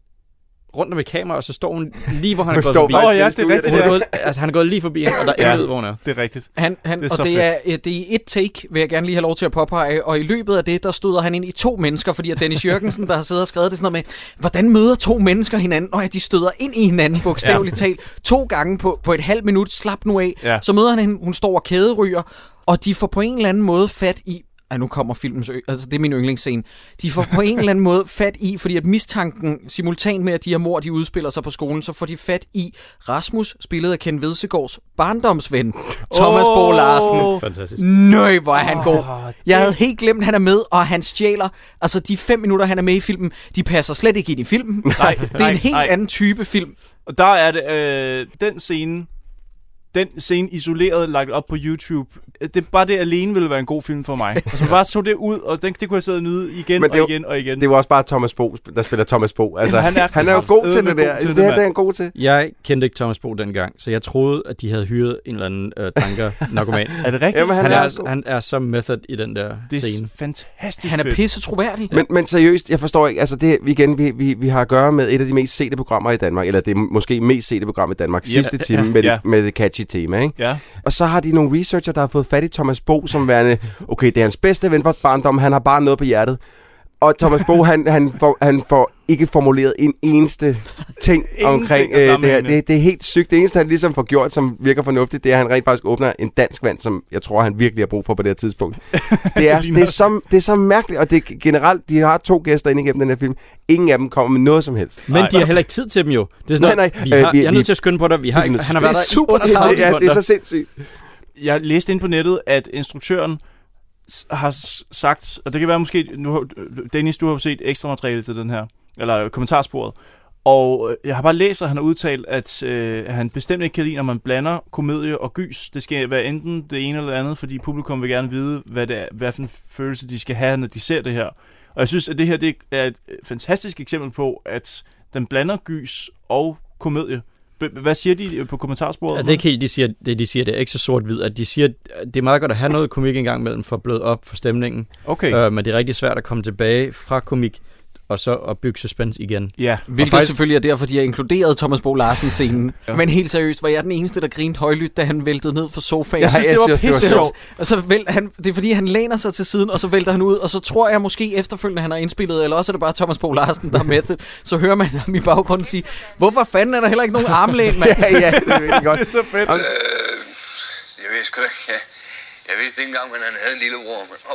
rundt med kamera, og så står hun lige, hvor han er gået forbi. Åh, ja, det er rigtigt. Han er, gået, altså, han er gået lige forbi hende, og der er ja, ved, hvor hun er. Det er rigtigt. Han, han, det er og det er, det er et take, vil jeg gerne lige have lov til at påpege, og i løbet af det, der støder han ind i to mennesker, fordi at Dennis Jørgensen, der har siddet og skrevet det sådan noget med, hvordan møder to mennesker hinanden? Og ja, de støder ind i hinanden, bogstaveligt ja. talt, to gange på, på et halvt minut, slap nu af. Ja. Så møder han hende, hun står og kæderyger, og de får på en eller anden måde fat i, Ej, nu kommer filmens ø- altså det er min yndlingsscene. De får på en eller anden måde fat i, fordi at mistanken simultant med, at de her mor, de udspiller sig på skolen, så får de fat i Rasmus, spillet af Ken Vedsegaards barndomsven, Thomas oh, Bo Larsen. Fantastisk. Nøj, hvor er han oh, god. Jeg havde helt glemt, at han er med, og han stjæler. Altså, de fem minutter, han er med i filmen, de passer slet ikke ind i filmen. Nej, det er nej, en helt nej. anden type film. Og der er det, øh, den scene... Den scene isoleret lagt op på YouTube, det bare det alene ville være en god film for mig. Altså bare så det ud, og den, det kunne jeg sidde og nyde igen og igen og igen. Det var også bare Thomas Bo, der spiller Thomas Bo. Altså, han er, han er jo god til det der. Det, det, det er han god til. Jeg kendte ikke Thomas Bo dengang, så jeg troede, at de havde hyret en eller anden øh, tanker-narkoman. Er det rigtigt? Jamen, han, han, er, er han er så method i den der det scene. Det er fantastisk. Han er pisse troværdig. Men, men seriøst, jeg forstår ikke. Altså det igen, vi, vi, vi har at gøre med et af de mest sete programmer i Danmark, eller det måske mest sete program i Danmark. Sidste ja, time med, ja. det, med det catchy tema, ikke? Ja. Og så har de nogle researcher, der har fået fat i Thomas Bo, som værende, okay, det er hans bedste ven fra barndom, han har bare noget på hjertet. Og Thomas Bo, han, han, får, han får ikke formuleret en eneste ting omkring øh, det her. Det, det er helt sygt. Det eneste, han ligesom får gjort, som virker fornuftigt, det er, at han rent faktisk åbner en dansk vand, som jeg tror, han virkelig har brug for på det her tidspunkt. Det er, det er, så, det er så mærkeligt, og det er generelt, de har to gæster inde igennem den her film. Ingen af dem kommer med noget som helst. Men nej. De har heller ikke tid til dem jo. Det er sådan nej, nej, vi har, øh, vi, jeg er nødt til at skynde på dig. Vi har ikke, han har været der super i tredive ja, det er så sindssygt. Jeg læste ind på nettet, at instruktøren har sagt, og det kan være måske, nu, Dennis, du har jo set ekstra materiale til den her, eller kommentarsporet, og jeg har bare læst, at han har udtalt, at øh, han bestemt ikke kan lide, når man blander komedie og gys. Det skal være enten det ene eller det andet, fordi publikum vil gerne vide, hvad det er, hvad for en følelse de skal have, når de ser det her. Og jeg synes, at det her det er et fantastisk eksempel på, at den blander gys og komedie. Hvad siger de på kommentarsporet? Ja, det er ikke helt, de siger, det de siger, det er ikke så sort-hvid, at de siger, at det er meget godt at have noget komik engang imellem for at bløde op for stemningen. Okay. Øh, men det er rigtig svært at komme tilbage fra komik og så at bygge suspense igen. Ja, hvilket faktisk selvfølgelig er derfor, de har inkluderet Thomas Bo Larsen-scenen. Ja. Men helt seriøst, var jeg den eneste, der grinede højlydt, da han væltede ned fra sofaen. Jeg synes, det var pisse sjovt. Og så vælter han, det er fordi, han læner sig til siden, og så vælter han ud, og så tror jeg måske efterfølgende, han har indspillet, eller også er det bare Thomas Bo Larsen, der er med. Så hører man ham i baggrunden sige, hvorfor fanden er der heller ikke nogen armlæn, mand? ja, ja, det er virkelig godt. Det er så fedt. Øh, jeg ved sgu da ikke. Jeg, jeg vidste ikke engang, men han havde en lillebror. Men... Oh.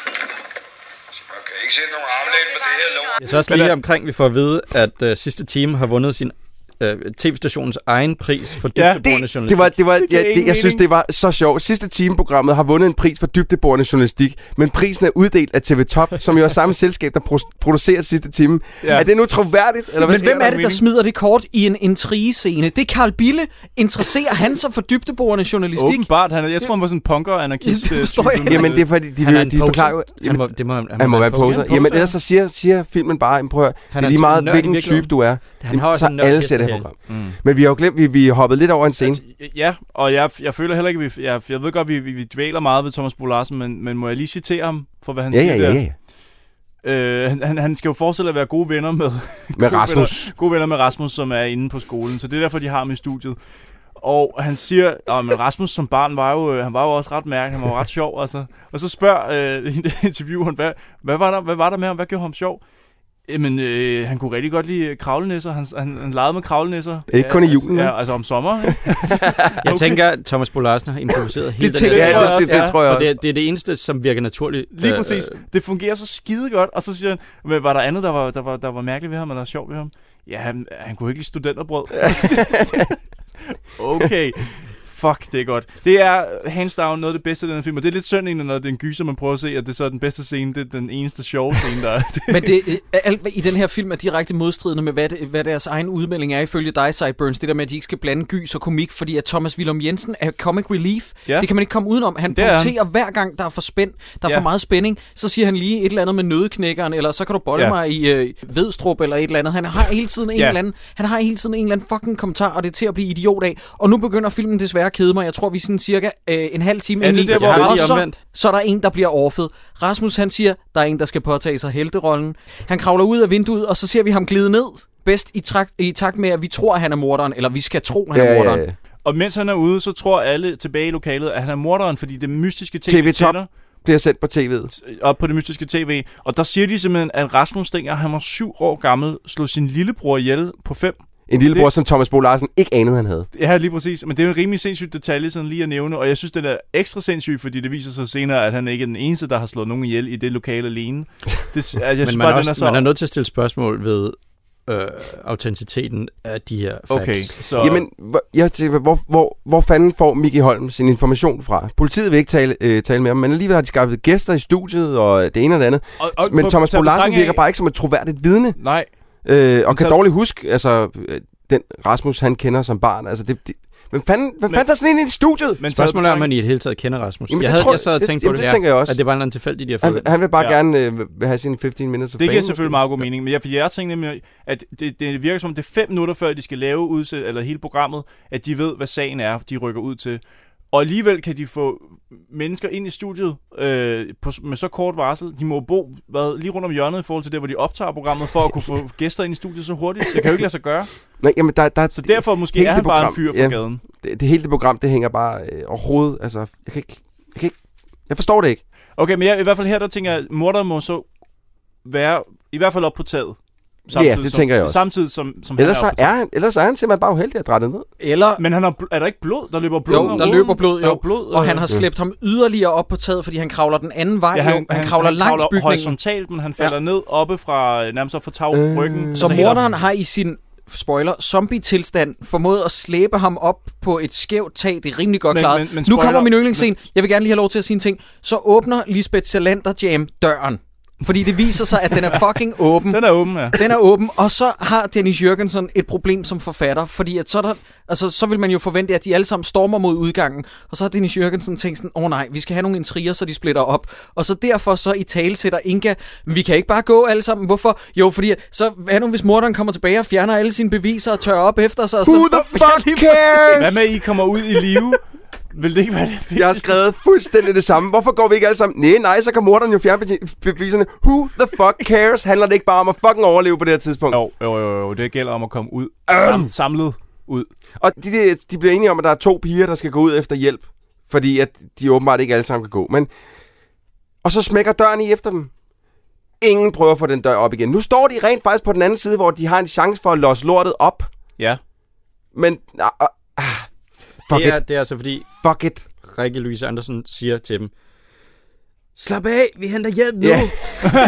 Man kan ikke sætte nogen armlæn på det her lort. Det er så også lige omkring, vi får at vide, at uh, sidste team har vundet sin øh, tv-stationens egen pris for Ja, dybdeborende det, journalistik. det var, det var, Det giver ja, det, ingen jeg synes, mening. det var så sjovt. Sidste timeprogrammet har vundet en pris for dybdeborende journalistik, men prisen er uddelt af T V Top, som jo er samme selskab, der pro- producerer sidste time. Ja. Er det nu troværdigt? Eller hvad Men sker hvem der? er det, der smider det kort i en intrigescene? Det er Carl Bille. Interesserer han sig for dybdeborende journalistik? Åbenbart. Han, er- jeg tror, han var sådan en punker-anarkist. Det øh, forstår type, jeg. men, Jamen, øh, det er fordi, de, Han er de, en de poser. forklarer jo... Han må, det må, han, Han må være poser. poser. Jamen, ellers så siger, siger filmen bare, prøv at, det Han er er lige en meget, nørd i hvilken virkeligheden. type du er. Han har også så en nørd alle ser det her hestehale. program. Mm. Men vi har jo glemt, vi, vi hoppede lidt over en scene. Altså, ja, og jeg, jeg føler heller ikke, at vi, jeg, jeg ved godt, at vi, vi, vi dvæler meget ved Thomas Bo Larsen, men, men må jeg lige citere ham for, hvad han Ja, siger ja, ja, der? ja. Øh, han, han skal jo forestille at være gode venner med... Med gode Rasmus. Venner, gode venner med Rasmus, som er inde på skolen, så det er derfor, de har ham i studiet. Og han siger, at men Rasmus som barn var jo, han var jo også ret mærkelig, han var jo ret sjov, altså. Og så spørger øh, i det interview, han, hvad, hvad, var der, hvad var der med ham, hvad gjorde ham sjov? Jamen, øh, han kunne rigtig godt lide kravlenisser. Han, han, han legede med kravlenisser. Ikke kun i julen, Ja, ja. altså, altså om sommeren. Ikke? Jeg tænker, at Thomas Bo Larsen har improviseret hele tænker den jeg her også, serie, det- det tror jeg for også. Det, det er det eneste, som virker naturligt. Lige Øh, præcis. Det fungerer så skide godt. Og så siger han, "Men var der andet, der var, der var, der var mærkeligt ved ham, eller sjovt ved ham? Ja, han, han kunne ikke lide studenterbrød. Okay. Fuck, det er godt. Det er hands down noget af det bedste af den film, og det er lidt synd egentlig, når det er en gyser, man prøver at se, at det så er den bedste scene, det er den eneste sjove scene, der er. Men det, alt i den her film er direkte modstridende med, hvad, det, hvad deres egen udmelding er ifølge dig, Sideburns. Det der med, at de ikke skal blande gys og komik, fordi at Thomas Willum Jensen er comic relief. Ja. Det kan man ikke komme udenom. Han Det er han. punkterer hver gang, der er for spænd, der er Ja. for meget spænding. Så siger han lige et eller andet med nødeknækkeren, eller så kan du bolle Ja. mig i øh, Vedstrup eller et eller andet. Han har hele tiden en Ja. eller anden, han har hele tiden en eller anden fucking kommentar, og det er til at blive idiot af. Og nu begynder filmen desværre at kede mig. Jeg tror, vi er sådan cirka øh, en halv time Er ind det i. der, hvor Jeg har og lige så, omvendt. så er der en, der bliver orfet. Rasmus, han siger, der er en, der skal påtage sig helterollen. Han kravler ud af vinduet, og så ser vi ham glide ned. Bedst i, trak, i takt med, at vi tror, at han er morderen, eller vi skal tro, at han er Ja, ja, morderen. ja. Og mens han er ude, så tror alle tilbage i lokalet, at han er morderen, fordi det mystiske T V tv Top tænder bliver sendt på tv'et. op på det mystiske tv. Og der siger de simpelthen, at Rasmus Stinger, han var syv år gammel, slog sin lillebror ihjel på fem. En lillebror, Det- som Thomas Bo Larsen ikke anede, han havde. Ja, lige præcis. Men det er jo en rimelig sindssyg detalje, sådan lige at nævne. Og jeg synes, det er ekstra sindssygt, fordi det viser sig senere, at han ikke er den eneste, der har slået nogen ihjel i det lokale alene. Det, altså, jeg synes Men man bare, er, den er også, så... man er nødt til at stille spørgsmål ved øh, autenticiteten af de her facts. Okay, så... Jamen, hvor, jeg tænker, hvor, hvor, hvor fanden får Miki Holm sin information fra? Politiet vil ikke tale, øh, tale med ham, men alligevel har de skaffet gæster i studiet og det ene og det andet. og, og, Men på- Thomas tag Bo Larsen betragtning af- virker bare ikke som et troværdigt vidne, Nej, øh, og kan så- dårligt huske, altså, øh, den Rasmus, han kender som barn. Altså, det, det, men fanden, hvad Men- fanden der sådan en ind i studiet? men Spørgsmålet er, om taget man i det hele taget kender Rasmus. Jamen, jeg det havde tror- jeg sad og det- tænkt jamen, på det, det tænker jeg også. at det var en eller anden tilfældig, de har fået. Han, han vil bare Ja. gerne øh, have sine femten minutes. Det giver selvfølgelig meget god mening, men jeg, jeg tænker nemlig, at det, det virker som, det er fem minutter før, de skal lave udsæt, eller hele programmet, at de ved, hvad sagen er, de rykker ud til. Og alligevel kan de få mennesker ind i studiet øh, på, med så kort varsel. De må bo hvad, lige rundt om hjørnet i forhold til det, hvor de optager programmet, for at kunne få gæster ind i studiet så hurtigt. Det kan jo ikke lade sig gøre. Nej, jamen, der, der, Så derfor måske hele er han det bare en program- fyr fra ja. gaden. det, det hele det program, det hænger bare øh, overhovedet, altså, jeg kan ikke, jeg kan ikke, jeg forstår det ikke. Okay, men jeg, i hvert fald her, der tænker jeg, morderen må så være i hvert fald op på taget. Ja, det som, tænker jeg også. Samtidig som, som Ellers han så er, oppe på er han, ellers så er han simpelthen bare uheldig at drætte ned. Eller, Men han har, bl- er der ikke blod? Der løber blod jo, ned ad der ruden? løber blod, Der er jo. blod, Og han øh, har slæbt ham yderligere op på taget, fordi han kravler den anden vej. Ja, han, han, han kravler langs kravler bygningen. horisontalt, men han falder ja. ned oppe fra nærmest op fra tagryggen. Øh. Så Altså helt op. morderen har i sin spoiler, zombie-tilstand formået at slæbe ham op på et skævt tag. Det er rimelig godt Men- klaret. men- men Nu spoiler- kommer min yndlingsscene. Jeg vil gerne lige have lov til at sige en ting. Så åbner Lisbeth Salander Jam døren. Fordi det viser sig, at den er fucking åben. Den er åben, ja. Den er åben, og så har Dennis Jørgensen et problem som forfatter, fordi at så, er der, altså, så vil man jo forvente, at de alle sammen stormer mod udgangen, og så har Dennis Jørgensen tænkt sådan, åh oh, nej, vi skal have nogle intriger, så de splitter op, og så derfor så i tale sætter Inga, vi kan ikke bare gå alle sammen, hvorfor? Jo, fordi så, hvad nu hvis morderen kommer tilbage og fjerner alle sine beviser og tørrer op efter sig? Og sådan Who noget? the fuck cares? Hvad med, at I kommer ud i live? Vil det ikke være det? Jeg har skrevet fuldstændig det samme. Hvorfor går vi ikke alle sammen? Nej, nej, så kan morderen jo fjerne beviserne. Who the fuck cares? Handler det ikke bare om at fucking overleve på det her tidspunkt? Jo, jo, jo, jo. Det gælder om at komme ud. Sam, samlet ud. Og de, de, de bliver enige om, at der er to piger, der skal gå ud efter hjælp. Fordi at de åbenbart ikke alle sammen kan gå. Men... Og så smækker døren i efter dem. Ingen prøver at få den dør op igen. Nu står de rent faktisk på den anden side, hvor de har en chance for at låse lortet op. Ja. Men... Ah, ah, fuck Det er, it. det er altså fordi, Fuck it. Rikke Louise Andersen siger til dem, slap af, vi henter hjælp nu. Ja.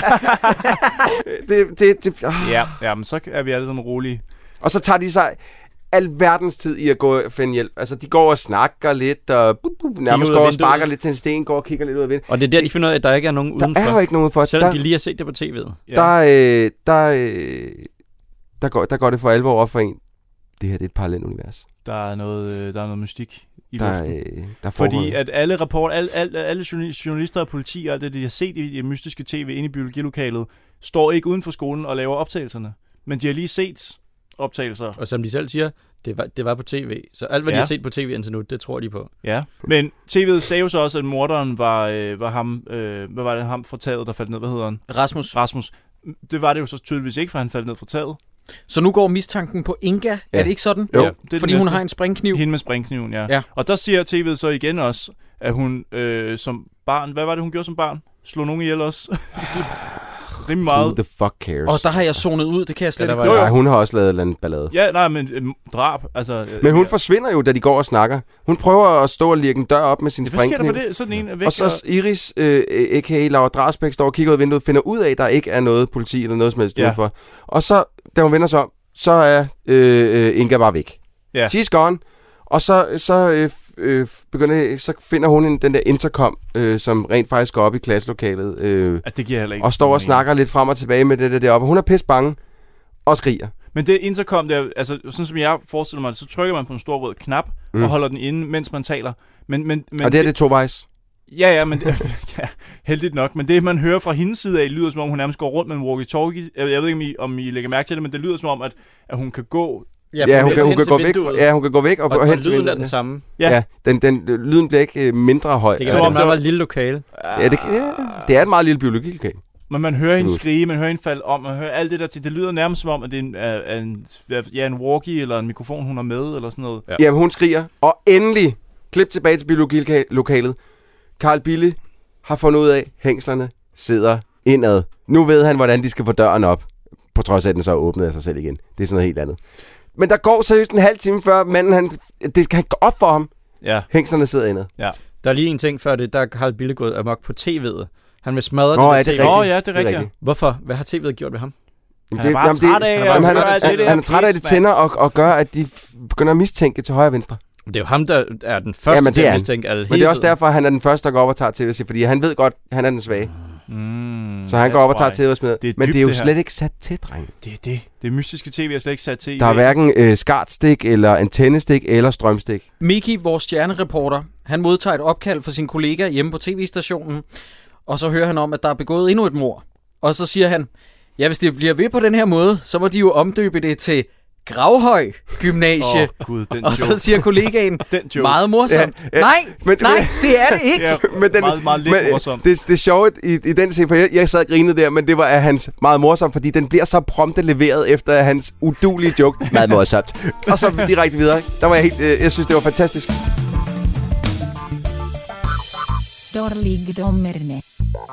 det, det, det, ah. Ja, ja, men så er vi alle sammen rolige. Og så tager de sig alverdens tid i at gå og finde hjælp. Altså, de går og snakker lidt, og bup, bup, nærmest går og sparker lidt til en sten, går og kigger lidt ud af vinduet. Og det er der, de finder ud af, at der ikke er nogen der udenfor. Der er jo ikke nogen udenfor. Selvom der, de lige har set det på tv'et. Ja. Der, øh, der, øh, der, går, der går det for alvor op for en. Det her det er et parallelt univers. Der er noget, øh, der er noget mystik i der, luften. Øh, der Fordi at alle rapport, alle, alle, alle journalister og politi og alt det, de har set i det mystiske tv inde i biologilokalet, står ikke uden for skolen og laver optagelserne. Men de har lige set optagelser. Og som de selv siger, det var, det var på tv. Så alt, hvad ja. de har set på tv indtil nu, det tror de på. Ja, men tv'et sagde jo så også, at morderen var, øh, var ham, øh, hvad var det, ham fra taget, der faldt ned? Hvad hedder han? Rasmus. Rasmus. Det var det jo så tydeligvis ikke, for han faldt ned fra taget. Så nu går mistanken på Inga, ja. Er det ikke sådan? Jo, det er fordi hun har en springkniv. Hende med springkniven, ja. ja. Og der siger tv'et så igen også, at hun øh, som barn, hvad var det, hun gjorde som barn? Slog nogen ihjel også? Rimelig meget. Who the fuck cares? Og der har jeg zonet ud, det kan jeg slet ja, ikke. Nej, hun har også lavet en eller anden ballade. Ja, nej, men øh, drab, altså... Øh, men hun ja. forsvinder jo, da de går og snakker. Hun prøver at stå og lirke en dør op med sin springkniv. Hvad sker der for det? Så den ene er væk. Og så Iris, øh, a k a. Laura Drasbæk, står og kigger ud af vinduet, finder ud af, at der ikke er noget politi eller noget som helst ja. udenfor. Og så, da hun vender sig om, så er øh, Inga bare væk. Ja. She's gone. Og så, så, øh, øh, begynder, så finder hun en, den der intercom, øh, som rent faktisk går op i klasselokalet. Øh, at det giver heller ikke og står og snakker lidt frem og tilbage med det der deroppe. Hun er pisse bange og skriger. Men det intercom der, altså sådan som jeg forestiller mig, så trykker man på en stor rød knap mm. og holder den inde, mens man taler. Men, men, men og det er det tovejs. Ja, ja, men det, ja, heldigt nok. Men det, man hører fra hendes side af, lyder som om, hun nærmest går rundt med en walkie-talkie. Jeg, jeg ved ikke, om I, om I lægger mærke til det, men det lyder som om, at, at hun kan gå... Ja, ja hun, kan, hun kan gå væk. Fra, ja, hun kan gå væk og, og, og hen til lyden er den samme. Ja, ja den, den, lyden bliver ikke øh, mindre høj. Det kan være, det var et lille lokale. Ja, det, ja, det er et meget lille biologilokale. Men man hører hende skrige, man hører hende falde om, man hører alt det der til. Det lyder nærmest som om, at det er en, er en, ja, en walkie eller en mikrofon, hun har med, eller sådan noget. Ja. Jamen, hun skriger. Og endelig, klip tilbage til biologilokalet. Carl Bille har fundet ud af, at hængslerne sidder indad. Nu ved han, hvordan de skal få døren op. På trods af, at den så er åbnet af sig selv igen. Det er sådan noget helt andet. Men der går seriøst en halv time før manden, han, det kan gå op for ham. Ja. Hængslerne sidder indad. Ja. Der er lige en ting før det, der er Carl Bille gået amok på tv'et. Han vil smadre Nå, det med tv'et. Åh, ja, det er rigtigt. Ja. Hvorfor? Hvad har tv'et gjort ved ham? Han er bare træt af, han, han, han, han er træt af, at det tænder og, og gør, at de begynder at mistænke til højre og venstre. Det er jo ham, der er den første ja, til at mistænke alle. Men det er også derfor, at han er den første, der går op og tager T V C, fordi han ved godt, at han er den svage. Mm, så han går op og tager T V C med. Det men det er jo det slet ikke sat til, dreng. Det er det. Det mystiske tv er slet ikke sat til. Der er hverken øh, skartstik, eller antennestik, eller strømstik. Miki, vores stjernereporter, han modtager et opkald fra sin kollega hjemme på tv-stationen, og så hører han om, at der er begået endnu et mord. Og så siger han, ja, hvis det bliver ved på den her måde, så må de jo omdøbe det til Gravhøj Gymnasie. Oh, Gud, den og så siger kollegaen, den meget morsomt. Ja, ja, nej, men, nej, det er det ikke. Ja, men den, meget, meget lidt men, morsomt. Det, det er sjovt i, i den scene, for jeg, jeg sad og grinede der, men det var af hans meget morsomt, fordi den bliver så prompte leveret efter hans udulige joke. Meget morsomt. Og så direkte videre. Der var jeg helt, øh, jeg synes, det var fantastisk. Dårligdommerne.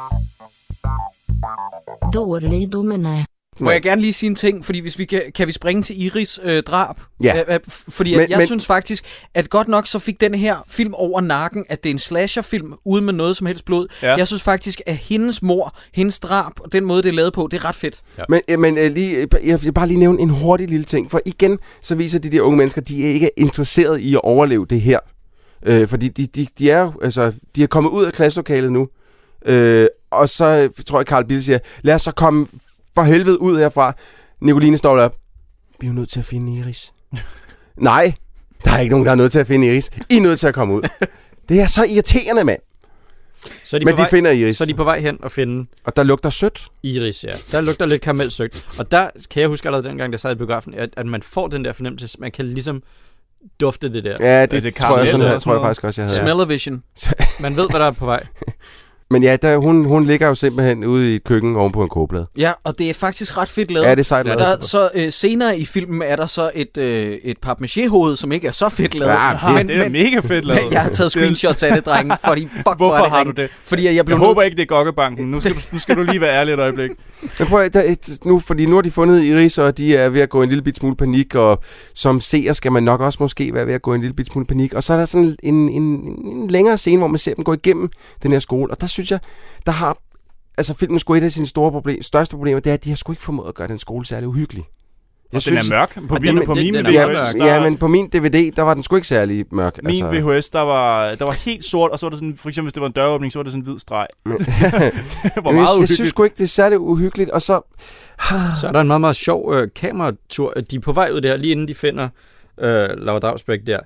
Dårligdommerne. Må jeg gerne lige sige en ting, fordi hvis vi kan, kan vi springe til Iris øh, drab? Ja. Æ, fordi men, jeg men, synes faktisk, at godt nok så fik den her film over nakken, at det er en slasherfilm uden med noget som helst blod. Ja. Jeg synes faktisk, at hendes mor, hendes drab og den måde, det er lavet på, det er ret fedt. Ja. Men, øh, men øh, lige, jeg vil bare lige nævne en hurtig lille ting, for igen så viser de der unge mennesker, de er ikke interesseret i at overleve det her. Øh, fordi de, de, de er jo, altså, de er kommet ud af klasselokalet nu, øh, og så tror jeg, Carl Bille siger, lad os så komme for helvede ud herfra. Nicoline står op. Vi er jo nødt til at finde Iris. Nej, der er ikke nogen, der er nødt til at finde Iris. I er nødt til at komme ud. Det er så irriterende, mand. Så er de Men de vej, finder Iris. Så er de på vej hen og finde... Og der lugter sødt. Iris, ja. Der lugter lidt karamelsødt. Og der kan jeg huske allerede dengang, der sad i biografen, at, at man får den der fornemmelse, man kan ligesom dufte det der. Ja, det, det tror, jeg, sådan her, tror jeg faktisk også, jeg havde. Smell-o-vision. Man ved, hvad der er på vej. Men ja, der, hun, hun ligger jo simpelthen ude i et køkken oven på en kogeplade. Ja, og det er faktisk ret fedt lavet. Ja, det er sejt lavet. Der, så øh, senere i filmen er der så et, øh, et papmaché-hoved, som ikke er så fedt lavet. Ja, det, men, det er men, mega fedt lavet. Jeg har taget screenshots af det, drenge. Fordi, fuck, Hvorfor det har du det? Fordi jeg, jeg, blev jeg håber ikke, det er Gokkebanken. Nu skal, du, nu skal du lige være ærlig et øjeblik. Men prøv at, der, nu, fordi nu har de fundet Iris, og de er ved at gå en lille bit smule panik, og som seer skal man nok også måske være ved at gå en lille bit smule panik. Og så er der sådan en, en, en, en længere scene, hvor man ser dem gå igennem den her skole, og der synes jeg, der har, altså filmen sgu et af sine store problem, største problemer, det er, at de har sgu ikke formået at gøre den skole særlig uhyggelig. Og den er mørk. På min, på min den, V H S, ja, der, ja, men på min D V D, der var den sgu ikke særlig mørk. Min altså. V H S, der var, der var helt sort, og så var det sådan, for eksempel hvis det var en døråbning, så var det sådan en hvid streg. det var meget jeg, jeg synes sgu ikke, det er særlig uhyggeligt, og så... så er der en meget, meget sjov øh, kameratur. De er på vej ud der, lige inden de finder øh, Laura Dragsbæk der.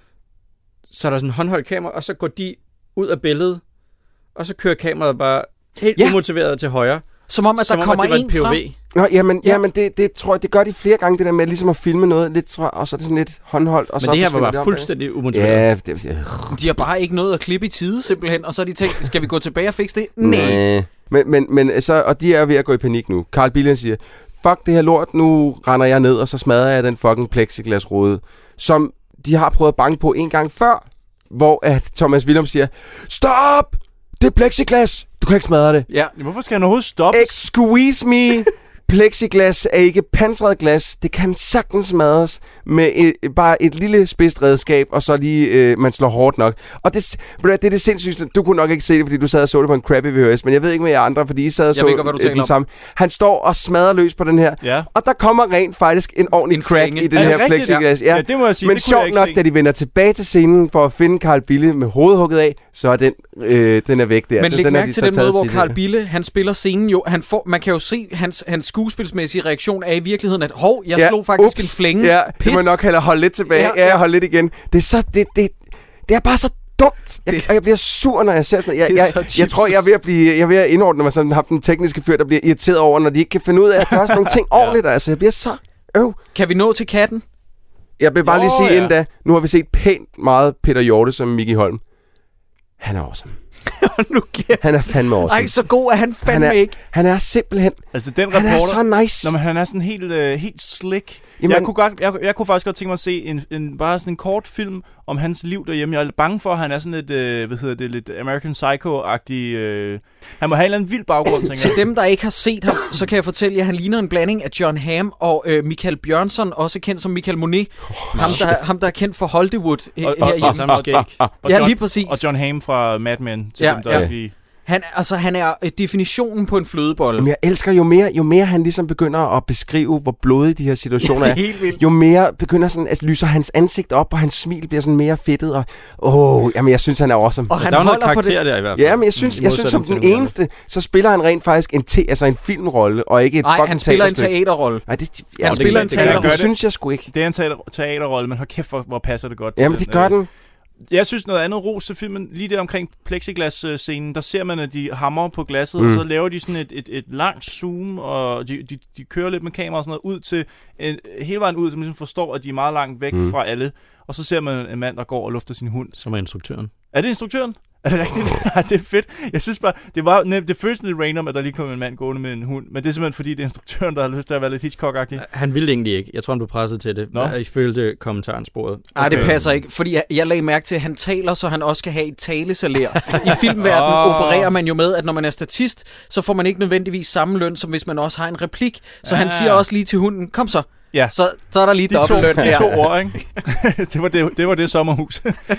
Så er der sådan en håndholdt kamera, og så går de ud af billedet, og så kører kameraet bare helt ja. umotiveret til højre. Som om, at Som der om, kommer at det en var frem. P O V. Nå, jamen, Ja. jamen det, det tror jeg, det gør de flere gange, det der med ligesom at filme noget lidt, tror jeg, og så er det sådan lidt håndholdt. Og Men så det her var forsvinder bare op fuldstændig bag. umotiveret. Ja, det, ja. De har bare ikke nået at klippe i tide, simpelthen. Og så har de tænkt, skal vi gå tilbage og fikse det? Nej. Men, men, men så, og de er ved at gå i panik nu. Carl Bille siger, fuck det her lort, nu render jeg ned, og så smadrer jeg den fucking plexiglasrude, som de har prøvet at banke på en gang før, hvor at Thomas Willum siger, stop! Det er plexiglas! Du kan ikke smadre det. Ja. Hvorfor skal han overhovedet stoppe? Excuse me! Plexiglas er ikke pansret glas. Det kan sagtens smadres med et, bare et lille spidst redskab, og så lige øh, man slår hårdt nok. Og det, det er det sindssygt. Du kunne nok ikke se det, fordi du sad og så det på en crappy V H S, men jeg ved ikke med jer andre, fordi I sad og så ikke, hvad du den samme. Han står og smadrer løs på den her, ja. og der kommer rent faktisk en ordentlig en crack flænge. i den er her rigtigt? plexiglas. Ja. Ja, det må jeg sige. Men det kunne jeg sjovt ikke nok, se. da de vender tilbage til scenen for at finde Carl Bille med hovedet hugget af, så er den, øh, den er væk der. Men den, læg den mærke de til så den taget måde, hvor til Carl det. Bille, han spiller scenen jo. Han får, man kan jo se, hans, hans skuespilsmæssige reaktion er i virkeligheden, at hov, jeg Ja, slog faktisk ups. en flænge. Ja, Pis. det må jeg nok hellere holde lidt tilbage. Ja, Ja, ja. ja, holde lidt igen. Det er så, det, det, det er bare så dumt. Jeg, og jeg bliver sur, når jeg ser sådan noget. Jeg, Det er jeg, så jeg tror, jeg er ved at blive, jeg er ved at indordne mig sådan, ham den tekniske fyr, der bliver irriteret over, når de ikke kan finde ud af at gøre sådan nogle ting ordentligt. Altså, jeg bliver så øv. Kan vi nå til katten? Jeg vil bare Jo, lige sige ja. inden da, nu har vi set pænt meget Peter Hjorte som Mickey Holm. Han er awesome. nu Han er fandme awesome. Ej, så god er han fandme han er, ikke. Han er simpelthen... Altså, den Han er reporter... så nice. Nå, men han er sådan helt, øh, helt slick. Jamen- jeg, kunne godt, jeg, jeg kunne faktisk godt tænke mig at se en, en, bare sådan en kort film om hans liv derhjemme. Jeg er lidt bange for, at han er sådan lidt, øh, hvad hedder det, lidt American Psycho-agtig... Øh, han må have en eller anden vild baggrund, tænker Til jeg. dem, der ikke har set ham, så kan jeg fortælle jer, at han ligner en blanding af John Hamm og øh, Michael Bjørnsson, også kendt som Michael Monet. Oh, ham, der, ham, der er kendt for Hollywood he- Og, og, og, herhjemme. og, og, og, og Ja, John, lige præcis. Og John Hamm fra Mad Men, til Ja, dem, der ja. ja. Lige... Han, altså, han er øh, definitionen på en flødebolle. Men jeg elsker jo mere, jo mere han ligesom begynder at beskrive, hvor blodige de her situationer Det er. er helt vildt. Jo mere begynder sådan, at lyser hans ansigt op, og hans smil bliver sådan mere fedtet, og åh, jamen jeg synes, han er awesome. Og han der er jo noget holder på karakter det. der i hvert fald. Ja, men jeg synes, I jeg synes som modsætning den til eneste, så spiller han rent faktisk en, te, altså en filmrolle, og ikke et Nej, fucking han spiller en teaterstykke. teaterrolle. Nej, det, ja, Han det, spiller det, en det, teaterrolle. det, det synes jeg sgu ikke. Det er en teater, teaterrolle, men hold kæft, hvor, hvor passer det godt til Jamen, den, det gør øh, den. Jeg synes noget andet ros til filmen, lige der omkring plexiglas-scenen, der ser man, at de hammer på glasset, Mm. og så laver de sådan et, et, et langt zoom, og de, de, de kører lidt med kamera og sådan noget ud til, en, hele vejen ud, som ligesom forstår, at de er meget langt væk Mm. fra alle. Og så ser man en mand, der går og lufter sin hund. Som er instruktøren. Er det instruktøren? Er det rigtigt? Ja, det er fedt. Jeg synes bare, det var nem, det føles lidt random, at der lige kom en mand gående med en hund, men det er simpelthen fordi, det er instruktøren, der har lyst til at være lidt Hitchcock-agtig. Han ville egentlig ikke. Jeg tror, han blev presset til det. Nå. I følte kommentaren sporet. Nej, det passer ikke, fordi jeg, jeg lagde mærke til, at han taler, så han også skal have et talesalær. I filmverdenen Åh. opererer man jo med, at når man er statist, så får man ikke nødvendigvis samme løn, som hvis man også har en replik. Så han Ah. siger også lige til hunden, kom så. Ja. Så, så er der lige De to, dobbeltløn de der. to ord, ikke? det, var det, det var det sommerhus.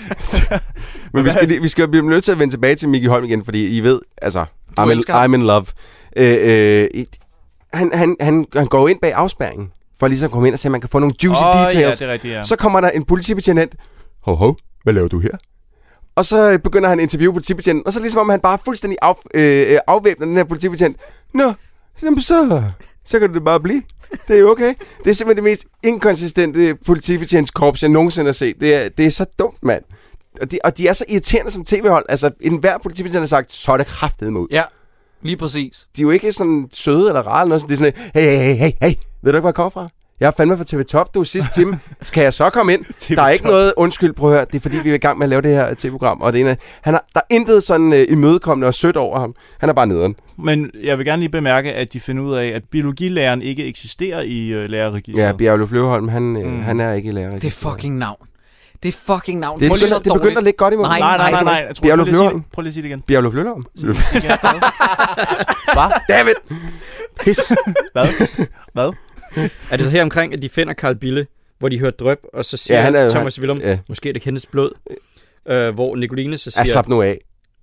Men vi skal, lige- vi skal blive nødt til at vende tilbage til Mickey Holm igen, fordi I ved, altså, I'm in, elsker ham. I'm in love. Øh, øh, et- han, han, han, han går ind bag afspærringen, for ligesom at komme ind og se, at man kan få nogle juicy Åh, details. ja, det er rigtigt, ja. Så kommer der en politibetjent ind. Hov, hov, hvad laver du her? Og så begynder han at interviewe politibetjenten, og så ligesom om han bare fuldstændig af, øh, afvæbner den her politibetjent. Nå, jamen så, så kan det bare blive. Det er jo okay. Det er simpelthen det mest inkonsistente politibetjentskorps, jeg nogensinde har set. Det er, det er så dumt, mand. Og de, og de er så irriterende som tv-hold. Altså, enhver politibetjent har sagt, så er det kraftedeme ud. Ja, lige præcis. De er jo ikke sådan søde eller rare eller noget. Det er sådan, hey, hey, hey, hey, hey. Ved du ikke, hvor jeg kommer fra? Jeg er fandme fra T V Top, du er sidste time. Skal jeg så komme ind? Der er ikke noget undskyld, prøv at høre. Det er fordi, vi er i gang med at lave det her tv-program. Og det ene, han har, der er intet sådan uh, imødekommende og sødt over ham. Han er bare nederen. Men jeg vil gerne lige bemærke, at de finder ud af, at biologilæreren ikke eksisterer i øh, lærerregistret. Ja, Bjergløf Løveholm, han, mm. øh, han er ikke i lærer. Det er fucking navn. Det er fucking navn. Det, er det, begynder, det begynder at ligge godt imod. Nej, Nej, nej, nej, nej. Jeg tror, prøv, lige at sige det. prøv lige at sige det igen. Bjergløf Løveholm. Hvad? David! Pis. Hvad? Hvad? Er det så her omkring, at de finder Carl Bille, hvor de hører drøb, og så siger Ja, han er jo- Thomas han- Willum, ja. måske er det kendes blod, øh, hvor Nicoline så siger... Ja, slap nu af.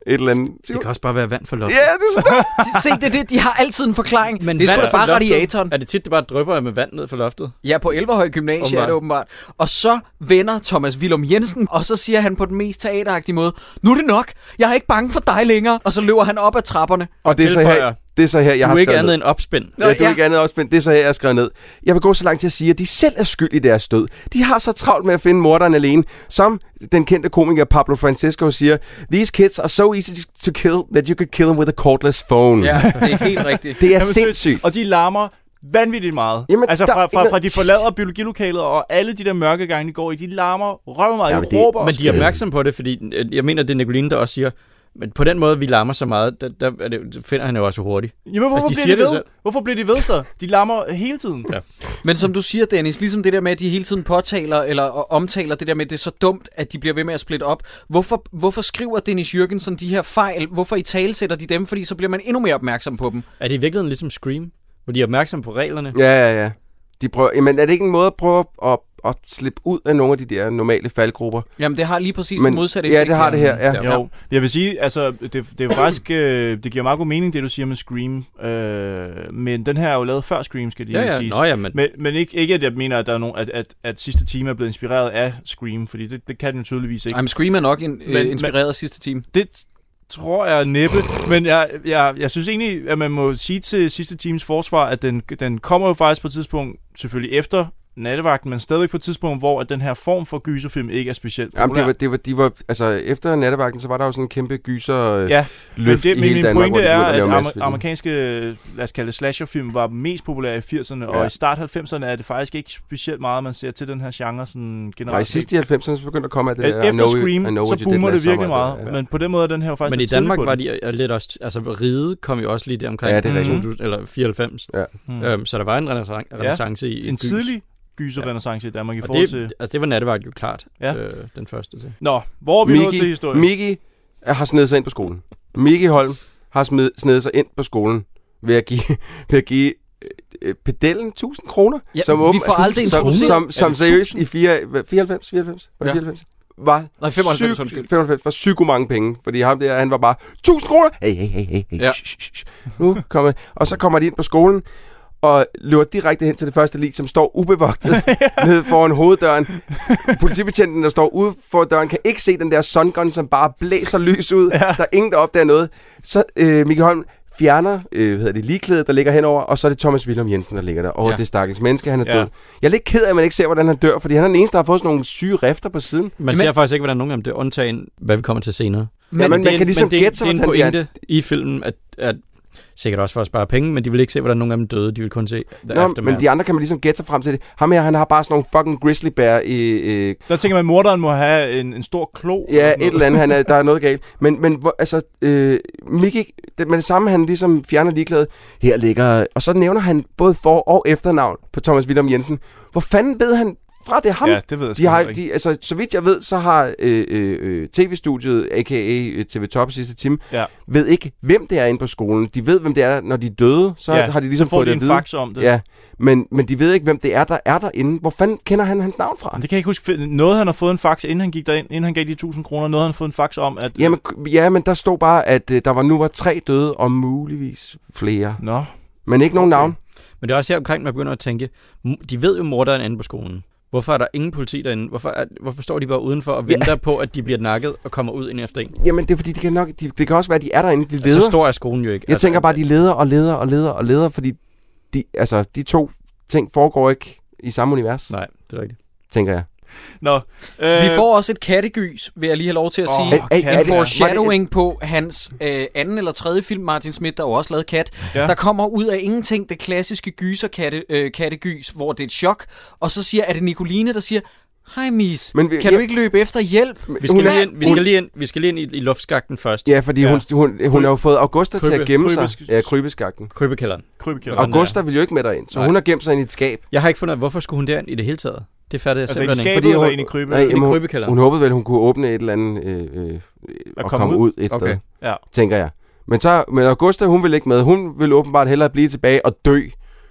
et eller andet. Det kan også bare være vand for loftet. Ja, det er Se, det er det. De har altid en forklaring. Men det er sgu da bare loftet, radiatoren. Er det tit, det bare drypper med vand ned for loftet? Ja, på Elverhøj Gymnasie åbenbart. Er det åbenbart. Og så vender Thomas Willum Jensen, og så siger han på den mest teateragtige måde, nu er det nok, jeg er ikke bange for dig længere. Og så løber han op ad trapperne. Og det er så her, det er så her jeg du har er ikke andet andet end opspind. Ja, du er ja. ikke andet opspind. Det er så her, jeg har skrevet ned. Jeg vil gå så langt til at sige, at de selv er skyld i deres død. De har så travlt med at finde morderen alene, som den kendte komiker Pablo Francisco siger, these kids are so easy to kill that you could kill them with a cordless phone. Ja, det er helt rigtigt. Det er sindssygt. Og de larmer vanvittigt meget. Jamen, altså fra, fra, fra de forlader biologilokalet og alle de der mørke gange, de går i, de larmer røv meget, de råber. Men de er opmærksom på det, fordi jeg mener, det er Nicoline, der også siger, men på den måde, vi larmer så meget, der, der er det, finder han jo også hurtigt. Jamen, hvorfor, altså, de bliver de ved? Hvorfor bliver de ved så? De larmer hele tiden. Ja. Men som du siger, Dennis, ligesom det der med, at de hele tiden påtaler eller omtaler det der med, at det er så dumt, at de bliver ved med at splitte op. Hvorfor, hvorfor skriver Dennis Jürgensen de her fejl? Hvorfor i tale sætter de dem? Fordi så bliver man endnu mere opmærksom på dem. Er det i virkeligheden ligesom Scream, hvor de er opmærksomme på reglerne? Ja, ja, ja. De prøver, jamen, er det ikke en måde at prøve at, at slippe ud af nogle af de der normale faldgrupper? Jamen, det har lige præcis Men, den modsatte effekt. Ja, det har det her, ja. Jo, jeg vil sige, altså, det, det er jo faktisk, øh, det giver meget god mening, det du siger med Scream, øh, men den her er jo lavet før Scream, skal de ja, ja. sige. Nå, ja, men... men, men ikke, ikke, at jeg mener, at der er nogen, at, at, at sidste time er blevet inspireret af Scream, fordi det, det kan den jo tydeligvis ikke. Ej, men Scream er nok en, men, øh, inspireret men, af sidste time. Det tror jeg næppe, men jeg, jeg, jeg synes egentlig, at man må sige til sidste times forsvar, at den, den kommer jo faktisk på et tidspunkt, selvfølgelig efter Nattevagten, men stadigvæk på et tidspunkt, hvor at den her form for gyserfilm ikke er specielt populær. Jamen, det var, det var, de var, altså, efter Nattevagten, så var der jo sådan en kæmpe gyser ja, løft det, i hele min Danmark. Min pointe er, at amer- amerikanske, lad os kalde det slasherfilm, var mest populære i firserne, ja. Og i start halvfemserne er det faktisk ikke specielt meget, man ser til den her genre sådan generelt. Nej, i sidste i halvfemserne så begyndte at komme af det der. Efter Scream, så boomer det virkelig meget, ja. Men på den måde er den her jo faktisk men i Danmark var de lidt også, altså Ride kom jo også lige der omkring ja, det er to tusind eller fireoghalvfems, ja. mm. øhm, så der var en renaissance ja. i en tidlig gyser-renaissance i Danmark i og forhold det, til... Altså det var Nattevagt jo klart, ja. øh, den første til. Nå, hvor er vi nået til historien? Miki har snedet sig ind på skolen. Miki Holm har smed, snedet sig ind på skolen ved at give, ved at give øh, pedellen tusind kroner. Ja, som vi får aldrig som, som, som, som seriøst i fireoghalvfems, fireoghalvs, var det ja. fireoghalvfems? Var Nej, femoghalvfems, syg, femoghalvfems var psyko mange penge, fordi ham der, han var bare tusind kroner. Hey, hey, hey, hey, hey. Ja. Shh, shh, shh. Nu kommer, og så kommer de ind på skolen, og løber direkte hen til det første lig, som står ubevogtet nede foran hoveddøren. Politibetjenten, der står ude for døren, kan ikke se den der sungun, som bare blæser lys ud. Ja. Der er ingen, der opdager noget. Så øh, Miki Holm fjerner øh, hvad hedder det, ligeklædet, der ligger henover, og så er det Thomas Willum Jensen, der ligger der. Og ja. Det stakkels menneske, han er ja. død. Jeg er lidt ked af, at man ikke ser, hvordan han dør, fordi han er den eneste, der har fået sådan nogle syge rifter på siden. Man ser men, faktisk ikke, hvordan nogen af dem dør, undtagen, hvad vi kommer til senere. Men, ja, men, men man det, kan ligesom det, gætte sig, det er en pointe i filmen, at, at sikkert også for at spare penge, men de vil ikke se, hvordan nogen af dem døde. De vil kun se the Nå, men de andre kan man ligesom gætte sig frem til det. Ham her, han har bare sådan nogle fucking grizzly bear i... Øh... Der tænker man, at morderen må have en, en stor klo. Ja, et eller andet. Han er, der er noget galt. Men, men hvor, altså, øh, Miki, det, med det samme, han ligesom fjerner ligeklædet. Her ligger... Og så nævner han både for- og efternavn på Thomas Willum Jensen. Hvor fanden ved han fra det ham? Ja, det ved jeg de har, de, altså, så vidt jeg ved, så har øh, øh, tv-studiet, a k a. T V Top sidste time, ja. ved ikke, hvem det er inde på skolen. De ved, hvem det er, når de er døde. Så ja, har de ligesom så får fået de det en at vide. fax om det. Ja, men, men de ved ikke, hvem det er, der er derinde. Hvor fanden kender han hans navn fra? Det kan jeg ikke huske. Noget, han har fået en fax, inden han gik derind, inden han gav de tusind kroner. Noget, han har fået en fax om, at... Jamen, ja, men der stod bare, at øh, der var nu var tre døde, og muligvis flere. Nå. Men ikke nogen okay. navn. Men det er også her omkring, man begynder at tænke, de ved jo, morderen er inde på skolen. Hvorfor er der ingen politi derinde? Hvorfor, er, hvorfor står de bare udenfor og venter ja. på, at de bliver nakket og kommer ud ind efter en? Jamen, det er fordi, de kan nok, de, det kan også være, at de er derinde, de leder. Altså, så stor er skolen jo ikke. Jeg altså, tænker bare, at de leder og leder og leder og leder, fordi de, altså, de to ting foregår ikke i samme univers. Nej, det er rigtigt. Tænker jeg. Nå, øh... Vi får også et kattegys, vil jeg lige have lov til at oh, sige. Kat, en foreshadowing på hans øh, anden eller tredje film, Martin Smith, der jo også lavet Kat. Ja. Der kommer ud af ingenting det klassiske gyser-kattegys, øh, hvor det er et chok. Og så siger, er det Nicoline, der siger, hej Mis, Men vi, kan ja, du ikke løbe efter hjælp? Vi skal, lige, ind, vi skal, lige, ind, vi skal lige ind i, i luftskakten først. Ja, fordi ja. Hun, hun, hun har jo fået Augusta Krybe, til at gemme krybe, sig. Ja, krybeskakten. Krybekælderen. Krybekælderen. Augusta vil jo ikke med derind, så Nej. hun har gemt sig ind i et skab. Jeg har ikke fundet, hvorfor skulle hun derind i det hele taget? Det fatter jeg altså simpelthen ikke. Fordi Eller hun, ind i krybe, nej, jamen, hun, krybekælderen? Hun håbede vel, hun kunne åbne et eller andet øh, øh, og komme, komme ud, ud et okay. sted, ja. tænker jeg. Men, så, men Augusta, hun vil ikke med. Hun vil åbenbart hellere blive tilbage og dø,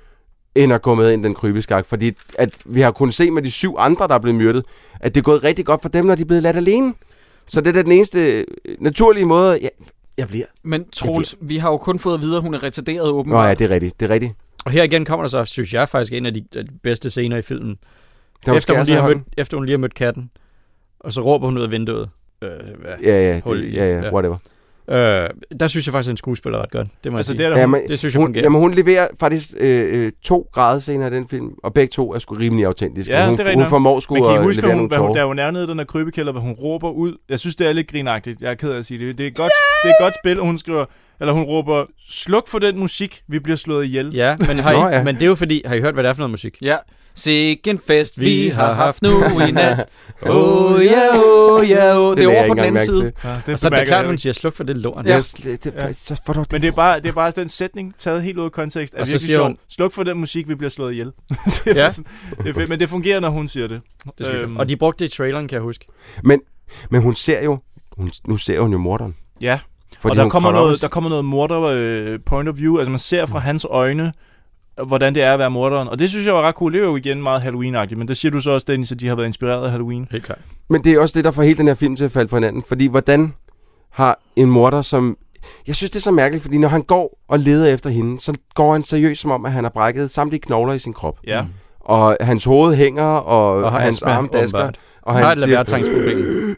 end at gå med ind i den krybeskak. Fordi at vi har kunnet se med de syv andre, der er blevet myrdet, at det er gået rigtig godt for dem, når de er blevet ladt alene. Så det er den eneste naturlige måde, jeg, jeg bliver. Men Troels, vi har jo kun fået at vide, at hun er retarderet Nå åbenbart. ja, det er rigtigt, det er rigtigt. Og her igen kommer der så, synes jeg faktisk, en af de, de bedste scener i filmen. Der Efter hun, skærer lige har sig i mødt, efter hun lige har mødt katten, og så råber hun ud af vinduet. Øh, hvad? Ja, ja, Hul det, i- ja, ja, whatever. Øh, der synes jeg faktisk, at en skuespiller er ret godt. Det må Altså, jeg det sige. er der, Ja, hun, men, det synes jeg hun, fungerer. jamen, hun leverer faktisk øh, øh, to grædescener i den film, og begge to er sgu rimelig autentiske. Ja, hun, det er rigtigt hun nok. formår sgu Men kan I at huske, levere hun, nogle hvad hun, tårer. da hun er nede i den her krybekælder, hvad hun råber ud? Jeg synes, det er lidt grinagtigt. Jeg er ked af at sige det. Det er et godt, det er et godt spil, og hun skriver, eller hun råber, sluk for den musik, vi bliver slået ihjel. Ja, men, har I, Nå, ja. men det er jo fordi, har I hørt, hvad det er for noget musik? Ja. Sikke en fest, vi Vi har har haft nu i nat. Åh, Oh ja, oh ja, oh. Det er lagde over jeg på ikke den anden engang side. mærke Ja, Og så er det bemærker klart, jeg hun ikke. siger, sluk for det lort. Ja. Ja. Det, det, Ja. så får du Men det er bare, det er bare den sætning, taget helt ud af kontekst, er Og så virkelig siger sjov. hun- Sluk for den musik, vi bliver slået ihjel. det er Ja. sådan, det er fedt, men det fungerer, når hun siger det. Det synes jeg. Øhm, Og de brugte det i traileren, kan jeg huske. Men, men hun ser jo, hun, nu ser hun jo morderen. Ja, Fordi og der hun kommer, kravler noget, også- der kommer noget morder øh, point of view. Altså man ser fra hans øjne, hvordan det er at være morderen. Og det synes jeg var ret cool. Det er jo igen meget Halloween-agtigt. Men det siger du så også, Dennis, at de har været inspireret af Halloween. Helt klart. Men det er også det, der får hele den her film til at falde fra hinanden. Fordi hvordan har en morder, som... Jeg synes, det er så mærkeligt, fordi når han går og leder efter hende, så går han seriøst som om, at han har brækket samtlige knogler i sin krop. Ja. Og hans hoved hænger, og, Og har hans astma, arm dasker. åbenbart. Og Han har han et siger... lavertrængsproblem.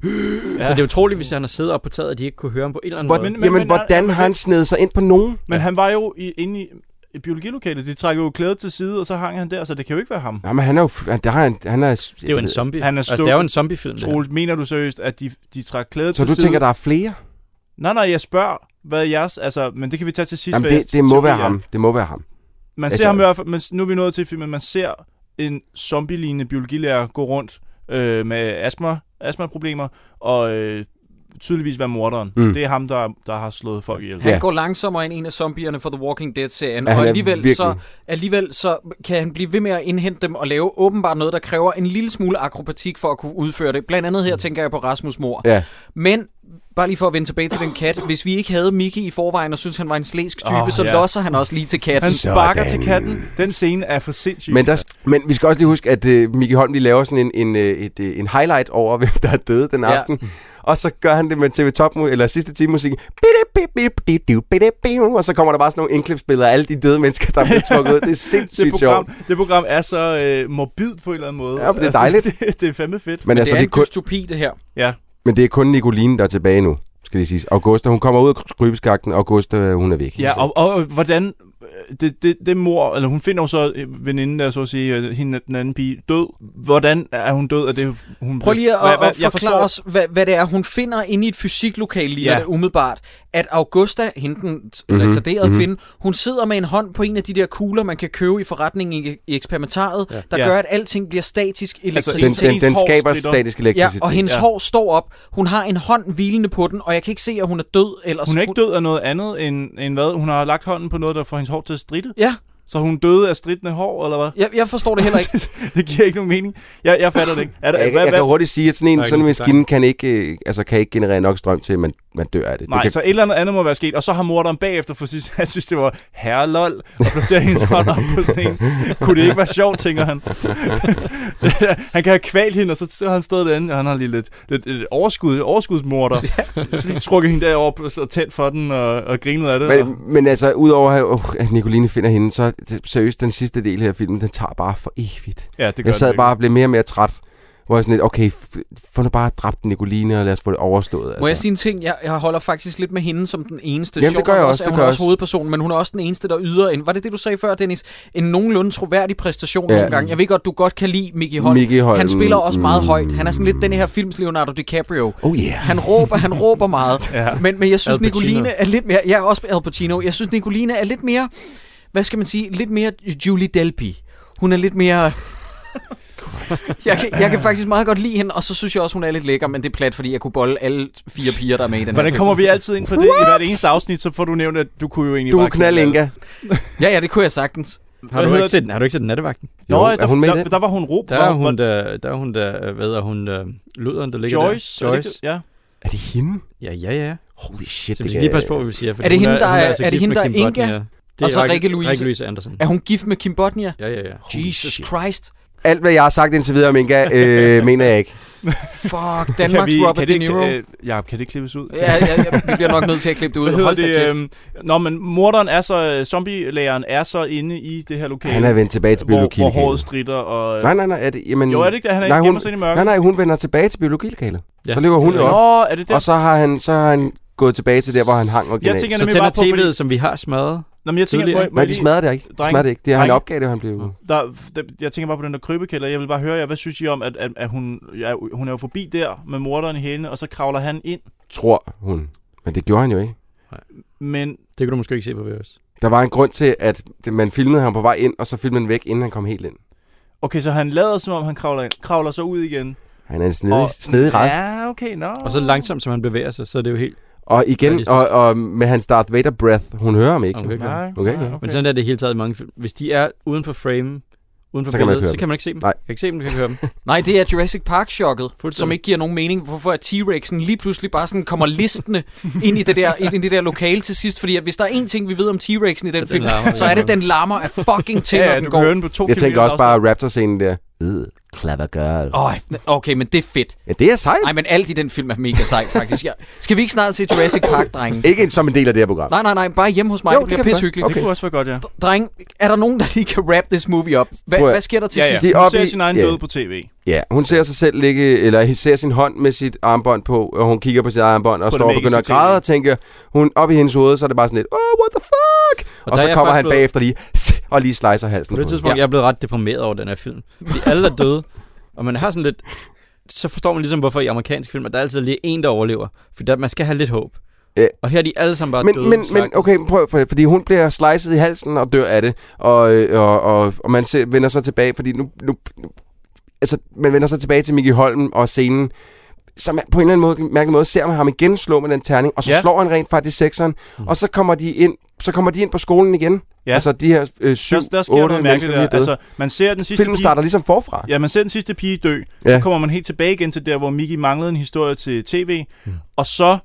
Ja. Så det er utroligt, hvis han har siddet op på taget, at de ikke kunne høre ham på en eller anden Hvor, måde. Men- men, jamen, men- hvordan men- har han snedet sig ind på nogen? Men han var jo i, inde i et biologilokalet. De trækker jo klædet til side, og så hang han der, så det kan jo ikke være ham. Nej, men han er jo... Han, der har han, han er, Det er jo en zombie. Han er altså, stuk- det er jo en zombiefilm. det her. Troels, mener du seriøst, at de, de trækker klædet Så til du side? tænker, der er flere? Nej, nej, jeg spørger, hvad er jeres... Altså, men det kan vi tage til sidst. Jamen, hvad jeres det, det må teori være er. ham. Det må være ham. Man Altså- ser ham i hvert fald, men nu er vi nået til filmen, man ser en zombie-lignende biologilærer gå rundt øh, med astma, astma-problemer, og øh, tydeligvis være morderen. Mm. Mm. Det er ham, der, der har slået folk ihjel. Han Ja. går langsommere end en af zombierne for The Walking Dead-serien, Ja, og han er alligevel virkelig- så, alligevel så kan han blive ved med at indhente dem og lave åbenbart noget, der kræver en lille smule akrobatik for at kunne udføre det. Blandt andet her tænker jeg på Rasmus Mor. Ja. Men bare lige for at vende tilbage til den kat. Hvis vi ikke havde Mickey i forvejen og synes han var en slæsk type, Åh, så ja. losser han også lige til katten. Han sparker Sådan. til katten. Den scene er for sindssyg. Men, der, men vi skal også lige huske, at uh, Mickey Holm lige laver sådan en, en, øh, et, øh, en highlight over, hvem der er døde den Ja. aften. Og så gør han det med T V Top, eller sidste time musikken. Og så kommer der bare sådan nogle indklipsbilleder af alle de døde mennesker, der bliver trukket ud. Det er det sindssygt program, sjovt. det program er så øh, morbidt på en eller anden måde. Ja, men det er dejligt. Altså, det, det er fandme fedt. Men, Men altså, det er det er en kun, dystopi, det her. Ja. men det er kun Nicoline, der er tilbage nu, skal det siges. Augusta, hun kommer ud af krybeskakten, og Augusta, hun er væk. Ja, og, og hvordan... Det, det, det mor, eller hun finder jo så øh, veninden der, så at sige, øh, hende den anden pige, død. Hvordan er hun død? Er det, hun Prøv lige at, Hvad- hvad- at jeg forklare os, hvad, hvad det er, hun finder inde i et fysiklokale, lige Ja. ja. umiddelbart. At Augusta, hende den Mhm, retarderede mhm. kvinde, hun sidder med en hånd på en af de der kugler, man kan købe i forretningen i, i eksperimentariet, ja. der Ja. gør, at alting bliver statisk Den, elektricitet. den, den Hendes hår skaber stritter. statisk Ja, elektricitet. og hendes Ja. ja. hår står op. Hun har en hånd hvilende på den, og jeg kan ikke se, at hun er død. Ellers Hun er ikke død af noget andet end, end hvad? Hun har lagt hånden på noget, der får hendes hår til at stritte. Ja, Så hun døde af stridende hår, eller hvad? jeg, jeg forstår det heller ikke. Det giver ikke nogen mening. Jeg, jeg fatter det ikke. Er der, Jeg, hvad, jeg hvad? kan hurtigt sige, at sådan en, Der er ikke sådan en nogen maskine kan ikke, øh, altså, kan ikke generere nok strøm til, at man, man dør af det. Nej, det kan, så et eller andet andet må være sket. Og så har morderen bagefter, for sidst, han synes, det var herrelol, og placerer hendes hånd op på sådan en. Kunne det ikke være sjovt, tænker han. Han kan have kvalt hende, og så, så har han stået derinde, og han har lige lidt, lidt, lidt overskud, overskudsmorder. Så lige trukket hende derover, og så tændt for den, og, og grinet af det. og... men, men altså, udover at, uh, at Nicoline finder hende, så det, seriøst, den sidste del her af filmen, den tager bare for evigt. Ja, det gør Jeg sad det bare og blev mere og mere træt. Hvor jeg sådan lidt, okay, f- få nu bare dræbt Nicoline, og lad os få det overstået. Altså. Må jeg sige en ting? Jeg, jeg holder faktisk lidt med hende som den eneste. Jamen, det Sjovt gør jeg nok også, er det hun gør jeg også også. hovedpersonen, men hun er også den eneste, der yder en... Var det det, du sagde før, Dennis? En nogenlunde troværdig præstation Ja. nogle gange. Jeg ved godt, du godt kan lide Mickey Holm. Mickey Holm, Han spiller også meget mm. højt. Han er sådan lidt den her films Leonardo DiCaprio. Oh yeah. Han råber, han råber meget. Ja. Men, men jeg synes, Al Pacino. Nicoline er lidt mere... Jeg er også Al Pacino. Jeg synes, Nicoline er lidt mere... Hvad skal man sige? Lidt mere Julie Delpy. Hun er lidt mere... jeg, kan, jeg kan faktisk meget godt lide hende, og så synes jeg også, hun er lidt lækker, men det er plat, fordi jeg kunne bolle alle fire piger, der er med i den Hvordan her kommer film. vi altid ind på det? I hvert eneste afsnit, så får du nævnt, at du kunne jo egentlig Du bare... er knald, Inga. Ja, ja, det kunne jeg sagtens. Har du, ikke set, har du ikke set Nattevagten? Jo, Nå, er der, hun med i der, den? der var hun råb. Der er hun der, der er hun der, hvad er hun der, luderen, der ligger Joyce. der. er det Joyce. ikke- Ja. Er det hende? Ja, ja, ja. Holy shit. Så vi det skal lige kan- passe på, hvad vi siger. Er det hende, der er- er det gift hende, med der er Kim Inga? Bodnia. Det Og så er Rikke Louise. Rikke Louise Andersen. Er hun gift med Kim Bodnia? Ja, ja, ja. Jesus shit. Christ. Alt, hvad jeg har sagt indtil videre om Inga, øh, mener jeg ikke. Fuck, Danmarks vi, Robert De Niro. Øh, ja, kan det klippes ud? Ja, ja, ja, vi bliver nok nødt til at klippe det ud. Hvad Hold hedder da det? kæft. Øhm, Nå, men morderen er så, zombie-læreren er så inde i det her lokale. Han er vendt tilbage til hvor, biologilokalet. hvor håret stritter og... Nej, nej, nej. Er det, jamen, jo, er det ikke det? Han er nej, ikke gemmer hun, sig ind i mørket. Nej, nej, hun vender tilbage til biologilokalet. Ja. Så løber hun jo op. Nå, er det det? Og så har han, så har han gået tilbage til der, hvor han hang originalt. Jeg tænker Så nemlig tænder bare på, T V'et, fordi... som vi har smadret. Nå, men jeg tænker... Må, Tidligere. må Nej, jeg de lige- smadrer det ikke. De Dreng- smadrer det ikke. Det er han dreng- opgav det, han blev... Der, der, jeg tænker bare på den der krybekælder. Jeg vil bare høre jer, hvad synes I om, at, at, at hun, ja, hun er jo forbi der med morderen i hælene, og så kravler han ind. Tror hun. Men det gjorde han jo ikke. Men Det kan du måske ikke se på V H S. Der var en grund til, at det- man filmede ham på vej ind, og så filmede man væk, inden han kom helt ind. okay, så han lader som om, han kravler, kravler så ud igen. Han er en snedig, Og- snedig ret. Ja, okay, nå. Og så langsomt, som han bevæger sig, så er det jo helt... Og igen, Realistisk. og, og med hans Darth Vader breath, hun hører ham ikke. Okay, okay. Nej, Okay, nej, okay. Men sådan er det hele taget i mange film. Hvis de er uden for frame, uden for Så kan man ikke billedet, høre så dem. kan man ikke se dem. Nej. Jeg kan ikke se dem, du kan ikke høre dem. Nej, det er Jurassic Park-chokket, Fuldstændig. som ikke giver nogen mening. Hvorfor er T-Rexen lige pludselig bare sådan kommer listende ind i det der, ind i det der lokale til sidst? Fordi at hvis der er én ting, vi ved om T-Rexen i den den film, larmer. så er det, den larmer af fucking til, Ja, når ja, den du går. kan høre den på to Jeg tænker kilometers også bare afstand. Raptor-scenen der. Øh, clever girl. Åh, okay, men det er fedt. Ja, det er sejt. Nej, men alt i den film er mega sejt, faktisk. Ja. Skal vi ikke snart se Jurassic Park, drenge? Ikke som en del af det her program. Nej, nej, nej, bare hjemme hos mig. Jo, Det det bliver kan vi godt. pissehyggeligt. Okay. Det kunne også være godt, ja. Dreng, er der nogen, der lige kan wrap this movie op? Hva, Prøv at- hvad sker der til Ja, ja. sidst? De er Hun oppe ser i- sin egen ja. død på tv. Ja, hun ser sig selv ligge, eller ser sin hånd med sit armbånd på, og hun kigger på sit armbånd og På det står og begynder at magiske græde T V. og tænker, hun op i hendes hoved, så er det bare sådan lidt, oh, what the fuck? Og, Og og der så er jeg kommer han faktisk blevet- bagefter lige, og lige slicer halsen På det på tidspunkt, hende. jeg er blevet ret deprimeret over den her film. Fordi alle er døde, og man har sådan lidt... Så forstår man ligesom, hvorfor i amerikanske film, at der er altid lige en, der overlever. For der, man skal have lidt håb. Ja. Og her er de alle sammen bare Men, døde. men, men slagtet. okay, prøv, for, fordi hun bliver slicet i halsen og dør af det, og, øh, og, og, og man ser, vender sig tilbage, fordi nu, nu, nu altså, man vender sig tilbage til Mickey Holm og scenen, så man på en eller anden måde, mærkelig måde ser man ham igen slå med den terning, og så Ja. ja. slår han rent faktisk sekseren, mm. og så kommer de ind, så kommer de ind på skolen igen. Ja. Altså de her øh, syv, Der, der sker otte noget mennesker, mærkeligt vi er der. døde. Altså, man ser den sidste Filmen pige... starter ligesom forfra. Ja, man ser den sidste pige dø. Ja. Så kommer man helt tilbage igen til der, hvor Mickey manglede en historie til tv. Mm. Og så,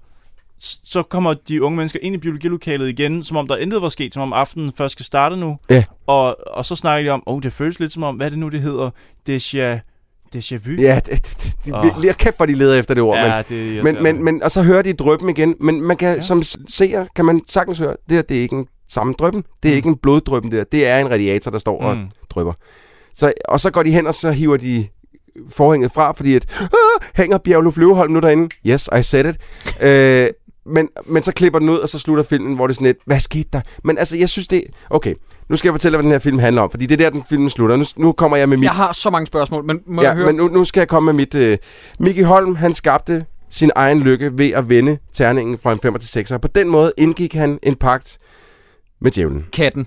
så kommer de unge mennesker ind i biologilokalet igen, som om der intet var sket, som om aftenen først skal starte nu. Ja. Og, og så snakker de om, åh, oh, det føles lidt som om, hvad er det nu, det hedder? Déjà, déjà vu? Ja, det, det, det, Åh. oh. lige kæft, hvor de leder efter det ord. Ja, men, det er men, men, men, og så hører de dryppen igen. Men man kan, Ja. ja. som seer, kan man sagtens høre, det her, det er ikke en samme dryppen. Det er Mm. ikke en bloddryppen, det der. Det er en radiator, der står mm. og Mm. drypper. Så, og så går de hen, og så hiver de forhænget fra, fordi at, ah, hænger Bjergluf Løveholm nu derinde? Yes, I said it. øh, men, men så klipper den ud, og så slutter filmen, hvor det er sådan lidt, hvad skete der? Men altså, jeg synes det... Okay, nu skal jeg fortælle, hvad den her film handler om, fordi det er der, den film slutter. Nu, nu kommer jeg med mit... Jeg har så mange spørgsmål, men må Ja, jeg høre... men nu, nu skal jeg komme med mit... Øh, Mickey Holm, han skabte sin egen lykke ved at vende terningen fra en femmer til sekser. På den måde indgik han en pagt med djævlen. Katten.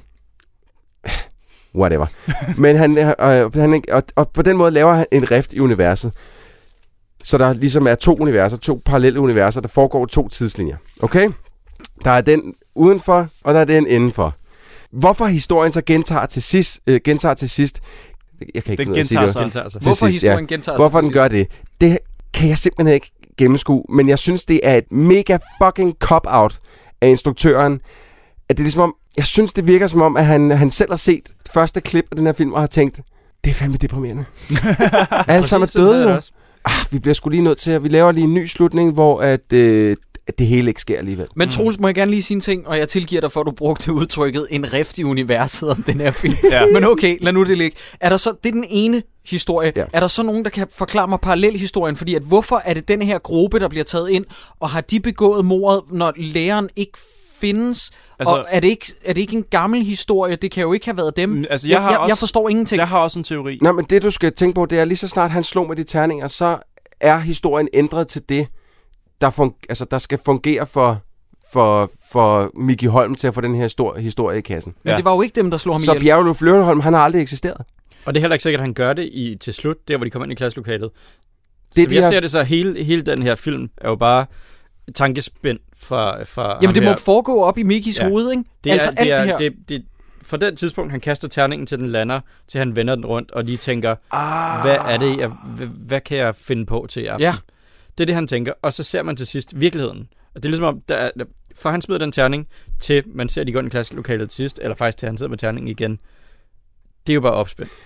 Whatever. Men han, øh, han og, og på den måde laver han en rift i universet. Så der ligesom er to universer, to parallelle universer, der foregår to tidslinjer. Okay? Der er den udenfor, og der er den indenfor. Hvorfor historien så gentager til sidst, øh, gentager til sidst, jeg kan ikke Den finde ud af at sige gentager det. sig. Gentager sig. Til Hvorfor sidst, historien ja. gentager sig Hvorfor til den gør det, det kan jeg simpelthen ikke gennemskue, men jeg synes, det er et mega fucking cop-out af instruktøren, at det er ligesom om, jeg synes, det virker som om, at han, han selv har set det første klip af den her film, og har tænkt, det er fandme deprimerende. Alle sammen er døde, jo. Ah, vi bliver sgu lige nødt til, at vi laver lige en ny slutning, hvor at, øh, at det hele ikke sker alligevel. Men Troels, må jeg gerne lige sige en ting, og jeg tilgiver dig for, at du brugte udtrykket en rift i universet om den her film. Ja. Men okay, lad nu det ligge. Er der så, det er den ene historie. Ja. Er der så nogen, der kan forklare mig parallelhistorien? Fordi at hvorfor er det den her gruppe, der bliver taget ind, og har de begået mordet, når læreren ikke findes? Altså- Og er det, ikke, er det ikke en gammel historie? Det kan jo ikke have været dem. Mm, altså, jeg jeg, har jeg, også- jeg forstår ingenting. Jeg har også en teori. Nå, men det du skal tænke på, det er lige så snart han slog med de terninger, så er historien ændret til det, der, fun- altså, der skal fungere for, for, for Mickey Holm til at få den her stor historie i kassen. Men Ja. det var jo ikke dem, der slog ham Så ihjel. Bjergluf Løveholm, han har aldrig eksisteret. Og det er heller ikke sikkert, at han gør det i, til slut, der hvor de kommer ind i klasselokalet. Det Det, er så de jeg her- ser det så, hele, hele den her film er jo bare tankespænd fra, fra Jamen ham det må her. foregå op i Mickeys Ja. hoved, ikke? Det er, altså det alt er, det her. Det, det, fra den tidspunkt, han kaster terningen til den lander, til han vender den rundt, og lige tænker, Ah. hvad er det, jeg, hvad, hvad kan jeg finde på til i aften? Ja. Det er det, han tænker. Og så ser man til sidst virkeligheden. Og det er ligesom om, der er, for han smider den terning, til man ser, de går ind i klasselokalet til sidst, eller faktisk til han sidder med terningen igen. Det er jo bare opspændt.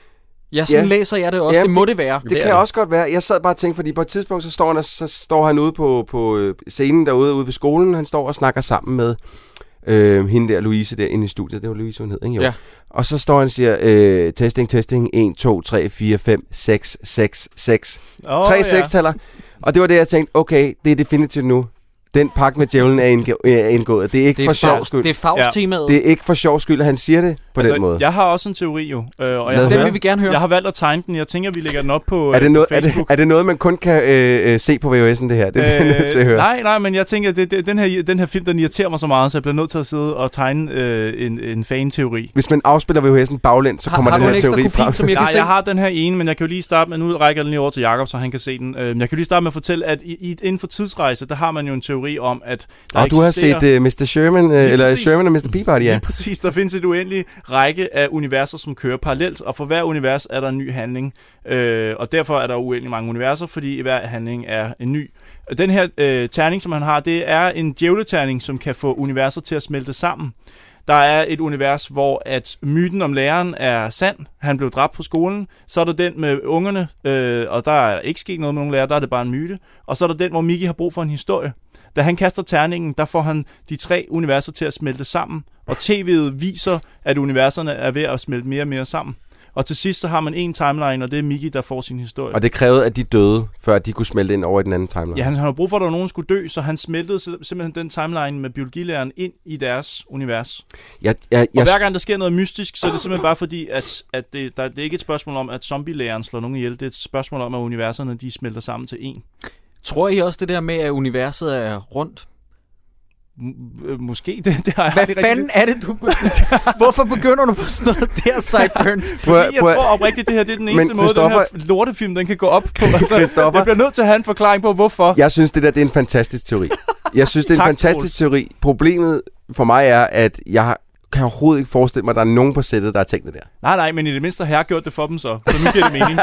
Ja, sådan ja. læser jeg det også. Ja, det må det, det være. Det, det kan det. også godt være. Jeg sad bare og tænkte, fordi på et tidspunkt, så står han, så står han ude på, på scenen derude ude ved skolen. Han står og snakker sammen med øh, hende der, Louise, der inde i studiet. Det var Louise, hun hed, ikke? Jo. Ja. Og så står han og siger, øh, testing, testing, en, to, tre, fire, fem, seks, seks, seks. Oh, Tre ja. seks-taller. Og det var det, jeg tænkte, okay, det er definitivt nu. Den pakke med djævlen er, indgå- er indgået. Det er ikke det er for sjov skyld. Det er Faust-temaet. Det er ikke for sjov skyld, at han siger det på altså, den måde. Jeg har også en teori jo. Øh, og jeg den har, vil vi gerne høre. Jeg har valgt at tegne den. Jeg tænker, vi lægger den op på, er det noget, på Facebook. Er det, er det noget, man kun kan øh, se på V H S'en, det her? Det er øh, nødt til at høre. Nej, nej, men jeg tænker, det, det, den, her, den her film, den irriterer mig så meget, så jeg bliver nødt til at sidde og tegne øh, en, en fan-teori. Hvis man afspiller V H S'en baglæns, så kommer har, den har her teori kopi, frem. Som jeg, nej, kan jeg har den her ene, men jeg kan jo lige starte med, nu rækker den lige over til Jakob, så han kan se den. Jeg kan jo lige starte med at fortælle, at i, i, inden for tidsrejse, der har man jo en teori om, at der og du har set uh, mister Sherman, uh, eller præcis. Sherman og mister Peabody, ja. Lige præcis. Der findes et uendeligt række af universer, som kører parallelt, og for hver univers er der en ny handling. Øh, og derfor er der uendelig mange universer, fordi hver handling er en ny. Den her øh, terning, som han har, det er en djævleterning, som kan få universer til at smelte sammen. Der er et univers, hvor at myten om læreren er sand. Han blev dræbt på skolen. Så er der den med ungerne, øh, og der er ikke sket noget med nogen lærer, der er det bare en myte. Og så er der den, hvor Mickey har brug for en historie. Da han kaster terningen, der får han de tre universer til at smelte sammen. Og tv'et viser, at universerne er ved at smelte mere og mere sammen. Og til sidst så har man en timeline, og det er Mickey, der får sin historie. Og det krævede, at de døde, før de kunne smelte ind over i den anden timeline. Ja, han, han har brug for, at der nogen skulle dø, så han smeltede simpelthen den timeline med biologilæreren ind i deres univers. Ja, ja, og hver gang der sker noget mystisk, så er det simpelthen bare fordi, at, at det, der, det er ikke et spørgsmål om, at zombie-læreren slår nogen ihjel. Det er et spørgsmål om, at universerne de smelter sammen til en. Tror I også det der med, at universet er rundt? M- måske, det, det har jeg Hvad fanden er det, du... Hvorfor begynder du på sådan noget der, Sideburns? Fordi jeg tror oprigtigt, det her det er den eneste måde, den her lortefilm, den kan gå op på. Altså, jeg bliver nødt til at have en forklaring på, hvorfor. Jeg synes, det der det er en fantastisk teori. Jeg synes, det er en tak, fantastisk teori. Problemet for mig er, at jeg kan overhovedet ikke forestille mig, at der er nogen på sættet, der har tænkt det der. Nej, nej, men i det mindste har jeg gjort det for dem så. Så nu giver det mening.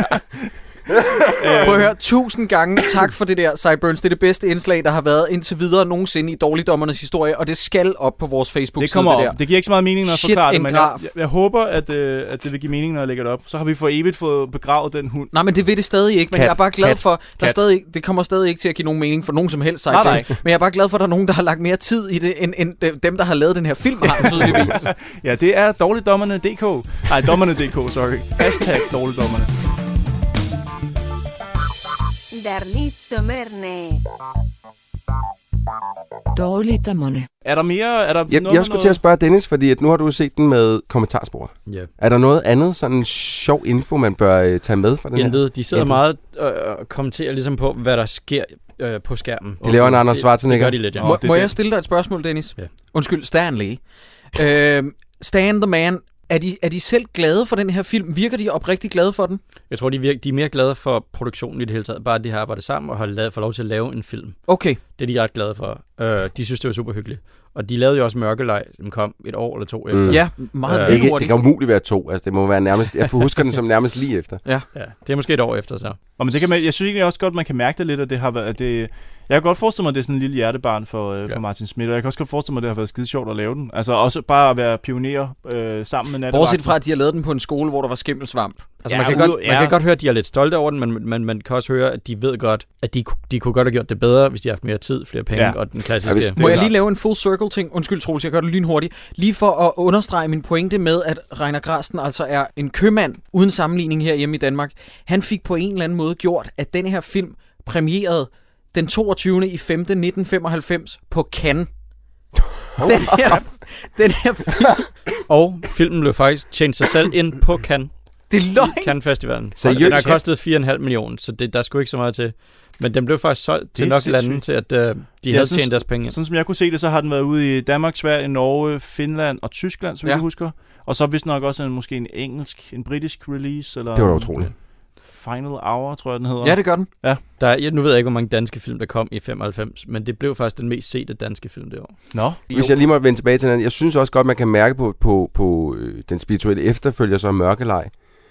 Prøv at høre, tusind gange tak for det der, Sideburns. Det er det bedste indslag, der har været indtil videre nogensinde i Dårligdommernes historie, og det skal op på vores Facebook-side. Det kommer det op. Der. Det giver ikke så meget mening, når jeg Shit, forklarer det, men jeg, jeg, jeg håber, at, øh, at det vil give mening, når jeg lægger det op. Så har vi for evigt fået begravet den hund. Nej, men det vil det stadig ikke, men kat, jeg er bare glad kat, for, der stadig, det kommer stadig ikke til at give nogen mening for nogen som helst, nej, nej. Men jeg er bare glad for, at der er nogen, der har lagt mere tid i det, end, end dem, der har lavet den her film, har tydeligvis. Ja, det er Dårligdommerne punktum d k. Nej, Dommerne punktum d k, sorry. Hashtag Dårligdommerne. Dårligdommerne. Er der mere? Er der jeg noget jeg skulle noget? til at spørge Dennis, fordi at nu har du set den med kommentarspor. Yeah. Er der noget andet sådan sjov info, man bør øh, tage med fra den Intet. her? De sidder Intet. meget øh, og kommenterer ligesom på, hvad der sker øh, på skærmen. De laver en Arnold Schwarzenegger. Det, det gør de lidt, ja. Må, det, må det. jeg stille dig et spørgsmål, Dennis? Ja. Undskyld, Stanley. øh, Stan the Man. Er de, er de selv glade for den her film? Virker de oprigtigt glade for den? Jeg tror, de, virker, de er mere glade for produktionen i det hele taget. Bare at de har arbejdet sammen og har lavet, fået lov til at lave en film. Okay. Det er de ret glade for. Uh, de synes, det var super hyggeligt. Og de lavede jo også Mørkelej, som kom et år eller to mm. efter. Ja, meget uh, ikke, det kan umuligt være to. Altså, det må være nærmest... Jeg husker den som nærmest lige efter. Ja. Ja, det er måske et år efter, så. Og men det kan man, jeg synes egentlig også godt, man kan mærke det lidt, at det har været... At det, jeg kan godt forestille mig, at det er sådan en lille hjertebarn for, øh, ja. for Martin Schmidt, og jeg kan også godt forestille mig, at det har været skide sjovt at lave den. Altså også bare at være pioner øh, sammen med Nattevagten. Bortset fra, at de har lavet den på en skole, hvor der var skimmelsvamp. Altså, ja, man, kan godt, ja. man kan godt høre, at de er lidt stolte over den, men man, man kan også høre, at de ved godt, at de, de kunne godt have gjort det bedre, hvis de havde haft mere tid, flere penge, ja. og den klassiske... Ja, må jeg lige lave en full circle ting? Undskyld, Troels, jeg gør det lynhurtigt. Lige for at understrege min pointe med, at Reiner Grasten altså er en købmand uden sammenligning her hjemme i Danmark. Han fik på en eller anden måde gjort, at den her film premierede den toogtyvende i femte nitten femoghalvfems på Cannes. Oh. Den her, den her film... Og filmen blev faktisk tjent sig selv ind på Cannes. Det er løgn. Cannes Festivalen. Den har kostet fire komma fem millioner, så det, der skulle ikke så meget til. Men den blev faktisk solgt til nok lande til, at uh, de ja, havde tjent deres penge. Sådan som jeg kunne se det, så har den været ude i Danmark, Sverige, Norge, Finland og Tyskland, som ja. jeg husker. Og så vist nok også en, måske en engelsk, en britisk release. Eller det var da utroligt. Final Hour, tror jeg, den hedder. Ja, det gør den. Ja. Der er, nu ved jeg ikke, hvor mange danske film, der kom i femoghalvfems, men det blev faktisk den mest sete danske film det år. Nå. Hvis jeg lige må vende tilbage til den, jeg synes også godt, man kan mærke på, på, på øh, den spirituelle efterfølger, så Mørkelej,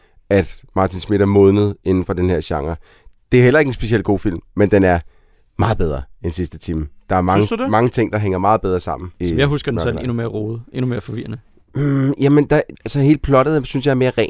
at Martin Schmidt er modnet inden for den her genre. Det er heller ikke en specielt god film, men den er meget bedre end sidste time. Der er mange, mange ting, der hænger meget bedre sammen. Som jeg husker den sådan endnu mere rodet, endnu mere forvirrende. Mm, jamen, der, altså helt plottet, synes jeg er mere rent.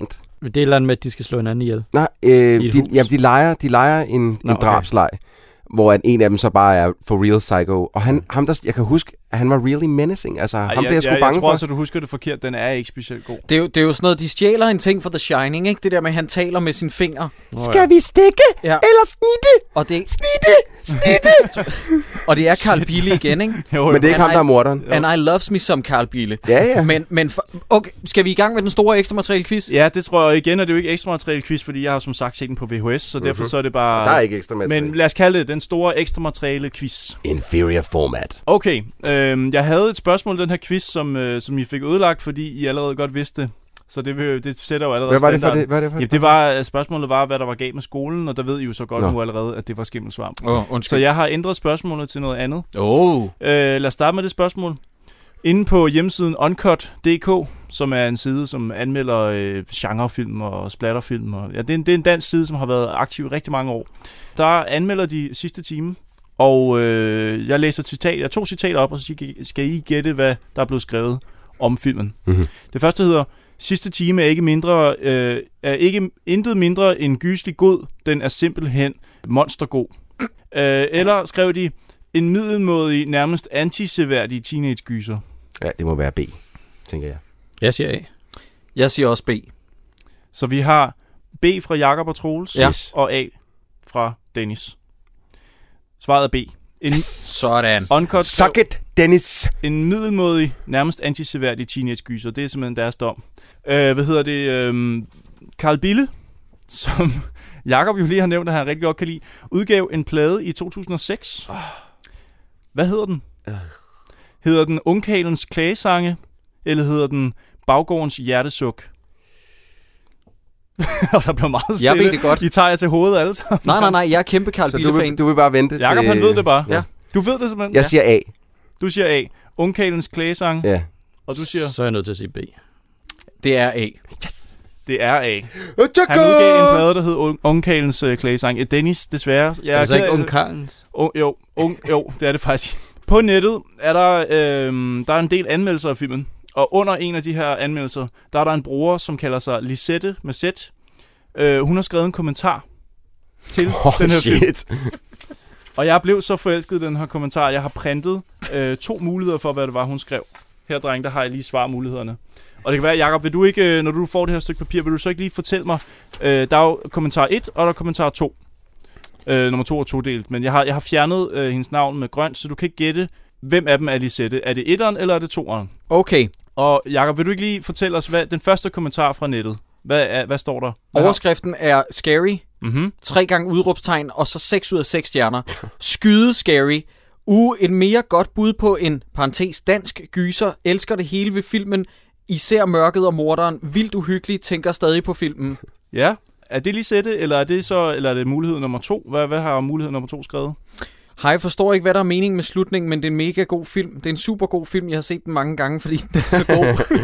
Det er et eller andet med, at de skal slå hinanden ihjel. Nej, øh, de, jamen, de leger, de leger en, Nå, en drabsleg, okay. hvor at en af dem så bare er for real psycho. Og han, ham der, jeg kan huske, at han var really menacing. Altså, Ej, ham jeg, blev jeg sgu jeg, bange jeg tror for. også, at du husker det forkert. Den er ikke specielt god. Det er, jo, det er jo sådan noget, de stjæler en ting fra The Shining, ikke? Det der med, at han taler med sin finger. Oh, ja. Skal vi stikke? Ja. Eller snitte? Og det... Snitte! Snitte! Og det er Carl Bille igen, ikke? Jo, jo. Men det er ikke ham, der er morderen. And I loves me som Carl Bille. Ja, ja. Men, men for, okay, skal vi i gang med den store ekstra materiale quiz? Ja, det tror jeg igen, og det er jo ikke ekstra materiale quiz, fordi jeg har som sagt set den på V H S, så mm-hmm. derfor så er det bare... Der er ikke ekstra materiale. Men lad os kalde det den store ekstra materiale quiz. Inferior format. Okay, øh, jeg havde et spørgsmål i den her quiz, som, øh, som I fik ødelagt, fordi I allerede godt vidste det. Så det, det sætter jo allerede standarden. Hvad var det for det? Hvad var det for ja, det var, spørgsmålet var, hvad der var galt med skolen, og der ved I jo så godt Nå. nu allerede, at det var skimmelsvamp. Oh, så jeg har ændret spørgsmålet til noget andet. Oh. Øh, lad os starte med det spørgsmål. Inde på hjemmesiden uncut punktum d k, som er en side, som anmelder øh, genrefilm og splatterfilm. Og, ja, det, er en, det er en dansk side, som har været aktiv i rigtig mange år. Der anmelder de sidste time, og øh, jeg læser citat, jeg to citater op, og så skal I gætte, hvad der er blevet skrevet om filmen. Mm-hmm. Det første hedder: sidste time er ikke mindre, øh, er ikke intet mindre end gyselig god. Den er simpelthen monstergod. øh, eller skrev de: en middelmådig, nærmest antiseværdig teenage-gyser. Ja, det må være B, tænker jeg. Jeg siger A. Jeg siger også B. Så vi har B fra Jakob og Troels, ja. og A fra Dennis. Svaret er B. En yes. Sådan. Uncut, Suck it, Dennis. En middelmådig, nærmest antiseværdig teenage-gyser. Det er simpelthen deres dom. Øh, hvad hedder det? Øh, Carl Bille, som Jakob jo lige har nævnt, at han rigtig godt kan lide, udgav en plade i to tusind og seks. Oh. Hvad hedder den? Uh. Hedder den Ungkarlens klagesange, eller hedder den Baggårdens hjertesuk? Og der blev meget stille. Jeg ved det godt. I tager jeg til hovedet alle sammen. Nej, nej, nej, jeg er kæmpe Carl Bille-fan. Du vil bare vente Jacob, til... han ved det bare. Ja. Du ved det simpelthen. Jeg siger A. Du siger A. Ungkarlens klagesang. Ja. Og du siger... Så er jeg nødt til at sige B. Det er A. Yes. Det er A. Han udgav en plade, der hed Ungkarlens uh, klagesang. Dennis, desværre... Jeg er det ikke Ungkarlens? Uh, jo, un, jo, det er det faktisk. På nettet er der, øh, der er en del anmeldelser af filmen. Og under en af de her anmeldelser, der er der en bruger, som kalder sig Lisette med Z. Uh, hun har skrevet en kommentar til oh, den her shit. film. Og jeg blev så forelsket i den her kommentar. Jeg har printet uh, to muligheder for, hvad det var, hun skrev. Her, dreng, der har jeg lige svarmulighederne. Og det kan være, Jacob, vil du ikke, når du får det her stykke papir, vil du så ikke lige fortælle mig, uh, der er jo kommentar et, og der er kommentar to. Uh, nummer to og to delt. Men jeg har, jeg har fjernet uh, hendes navn med grønt, så du kan ikke gætte, hvem af dem er Lisette. Er det etteren, eller er det toeren? Okay. Og Jacob, vil du ikke lige fortælle os, hvad den første kommentar fra nettet? Hvad, er, hvad står der? Hvad Overskriften er scary. Mm-hmm. Tre gange udråbstegn, og så seks ud af seks stjerner. Skyde scary. Uh, et mere godt bud på en, parentes, dansk gyser. Elsker det hele ved filmen. Især mørket og morderen. Vildt uhyggelig. Tænker stadig på filmen. Ja. Er det lige sætte, eller er det så, eller er det mulighed nummer to? Hvad, hvad har mulighed nummer to skrevet? Hej, jeg forstår ikke, hvad der er meningen med slutningen, men det er en mega god film. Det er en super god film. Jeg har set den mange gange, fordi den er så god.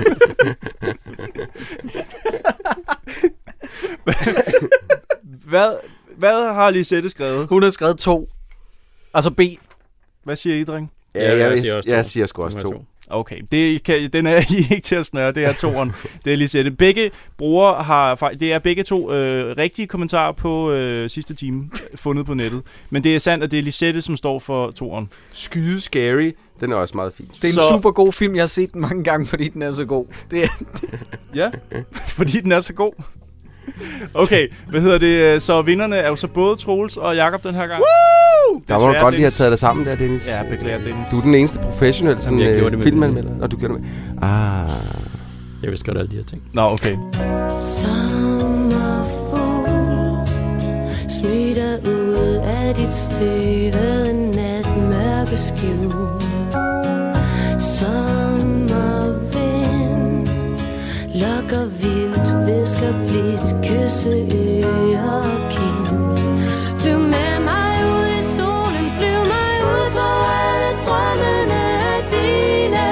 hvad, hvad har Lisette skrevet? Hun har skrevet to. Altså B. Hvad siger I, dreng? Ja, jeg, jeg, jeg, siger, også jeg siger sgu også to. Okay, det kan, den er I ikke til at snøre, det er toeren. Det er Lisette. Begge brugere har, det er begge to øh, rigtige kommentarer på øh, sidste time fundet på nettet. Men det er sandt, at det er Lisette, som står for toeren. Skyde scary, den er også meget fin. Det er en så... super god film, jeg har set den mange gange, fordi den er så god. Det er... ja, fordi den er så god. Okay, hvad hedder det? Så vinderne er jo så både Troels og Jakob den her gang. Woo! Der var du godt lige have taget dig sammen der, Dennis. Ja, beklager, Dennis. Du er den eneste professionelle sådan, øh, filmanmelder, og du gjorde det med. Ah. Jeg vidste godt alle de her ting. Nå, okay. Sommerfugl smitter ud af dit støvede natmørke skjul. Sommervind lokker vildt, visker blidt, kysse ører og kind. Flyv med mig ud i solen, flyv mig ud på alle drømmene af dine.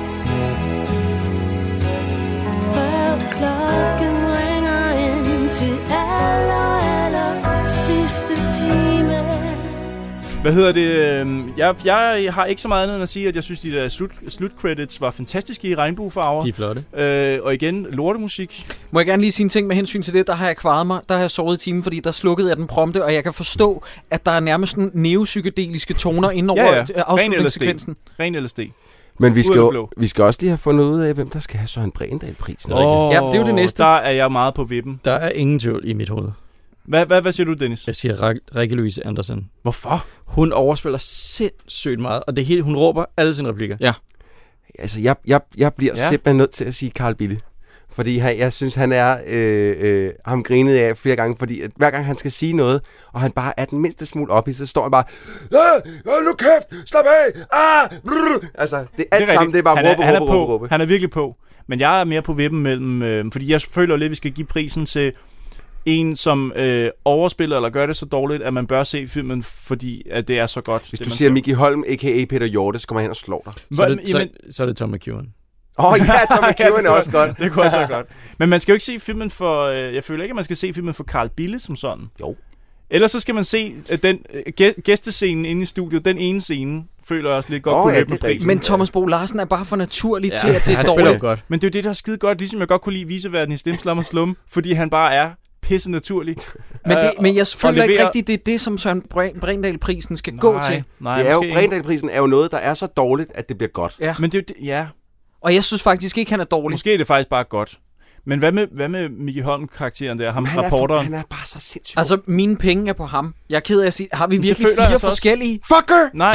Før klokken ringer ind til aller, aller sidste time. Hvad hedder det? Jeg, jeg har ikke så meget andet end at sige, at jeg synes, de der slut, slutcredits var fantastiske i regnbuefarver. De er flotte. Øh, og igen, lortemusik. Må jeg gerne lige sige en ting med hensyn til det? Der har jeg kvaret mig. Der har jeg sovet i timen, fordi der slukkede jeg den prompte, og jeg kan forstå, at der er nærmest sådan neopsykadeliske toner inden over ja, ja. afslutningssekvensen. Ren L S D. Men vi skal, jo, vi skal også lige have fundet ud af, hvem der skal have Søren Bregendahl-prisen. Oh, ja, det er jo det næste. Der er jeg meget på vippen. Der er ingen tvivl i mit hoved. Hvad, hvad, hvad siger du, Dennis? Jeg siger Rikke Louise Andersen. Hvorfor? Hun overspiller sindssygt meget, og det hele, hun råber alle sine replikker. Ja. Altså, jeg, jeg, jeg bliver ja. simpelthen nødt til at sige Carl Bille. Fordi han, jeg synes, han er øh, øh, ham grinede af flere gange, fordi at hver gang han skal sige noget, og han bare er den mindste smule op i, så står han bare, ja, nu kæft, slap af, ah, brrr. Altså, det er alt det er sammen, det er bare råbe, råbe, råbe, råbe. Han er virkelig på, men jeg er mere på vippen mellem, øh, fordi jeg føler lidt, at vi skal give prisen til en, som øh, overspiller eller gør det så dårligt, at man bør se filmen, fordi at det er så godt. Hvis det, du siger Mickey Holm, a k a. Peter Hjorte, så kommer han hen og slår dig. Så er det, så, så er det Tom McEwan. Åh oh, ja, Tom McEwan er også godt. Det kunne også være godt. Men man skal jo ikke se filmen for... Øh, jeg føler ikke, at man skal se filmen for Carl Bille som sådan. Jo. Ellers så skal man se øh, den øh, gæstescenen inde i studiet. Den ene scene føler jeg også lidt godt oh, kunne ja, løbe med prisen. Men Thomas Bo Larsen er bare for naturlig ja, til, at det er dårligt. Godt. Men det er jo det, der er skide godt. Ligesom jeg godt kunne lide viseverden i Slim Slam og Slum. Fordi han bare er pisse naturlig. Men, det, men jeg føler ikke rigtigt, det er det, som Søren Bregendahl-prisen skal nej, gå til. Nej, det er jo, Bregendahl-prisen er jo noget, der er så dårligt, at det bliver godt. Ja. Men det er jo ja. Og jeg synes faktisk ikke, han er dårlig. Måske er det faktisk bare godt. Men hvad med, hvad med Mickey Holm-karakteren der? Ham han rapporteren? Er for, han er bare så sindssygt. Altså, mine penge er på ham. Jeg er ked af at sige, har vi virkelig fire forskellige? Fucker! Nej.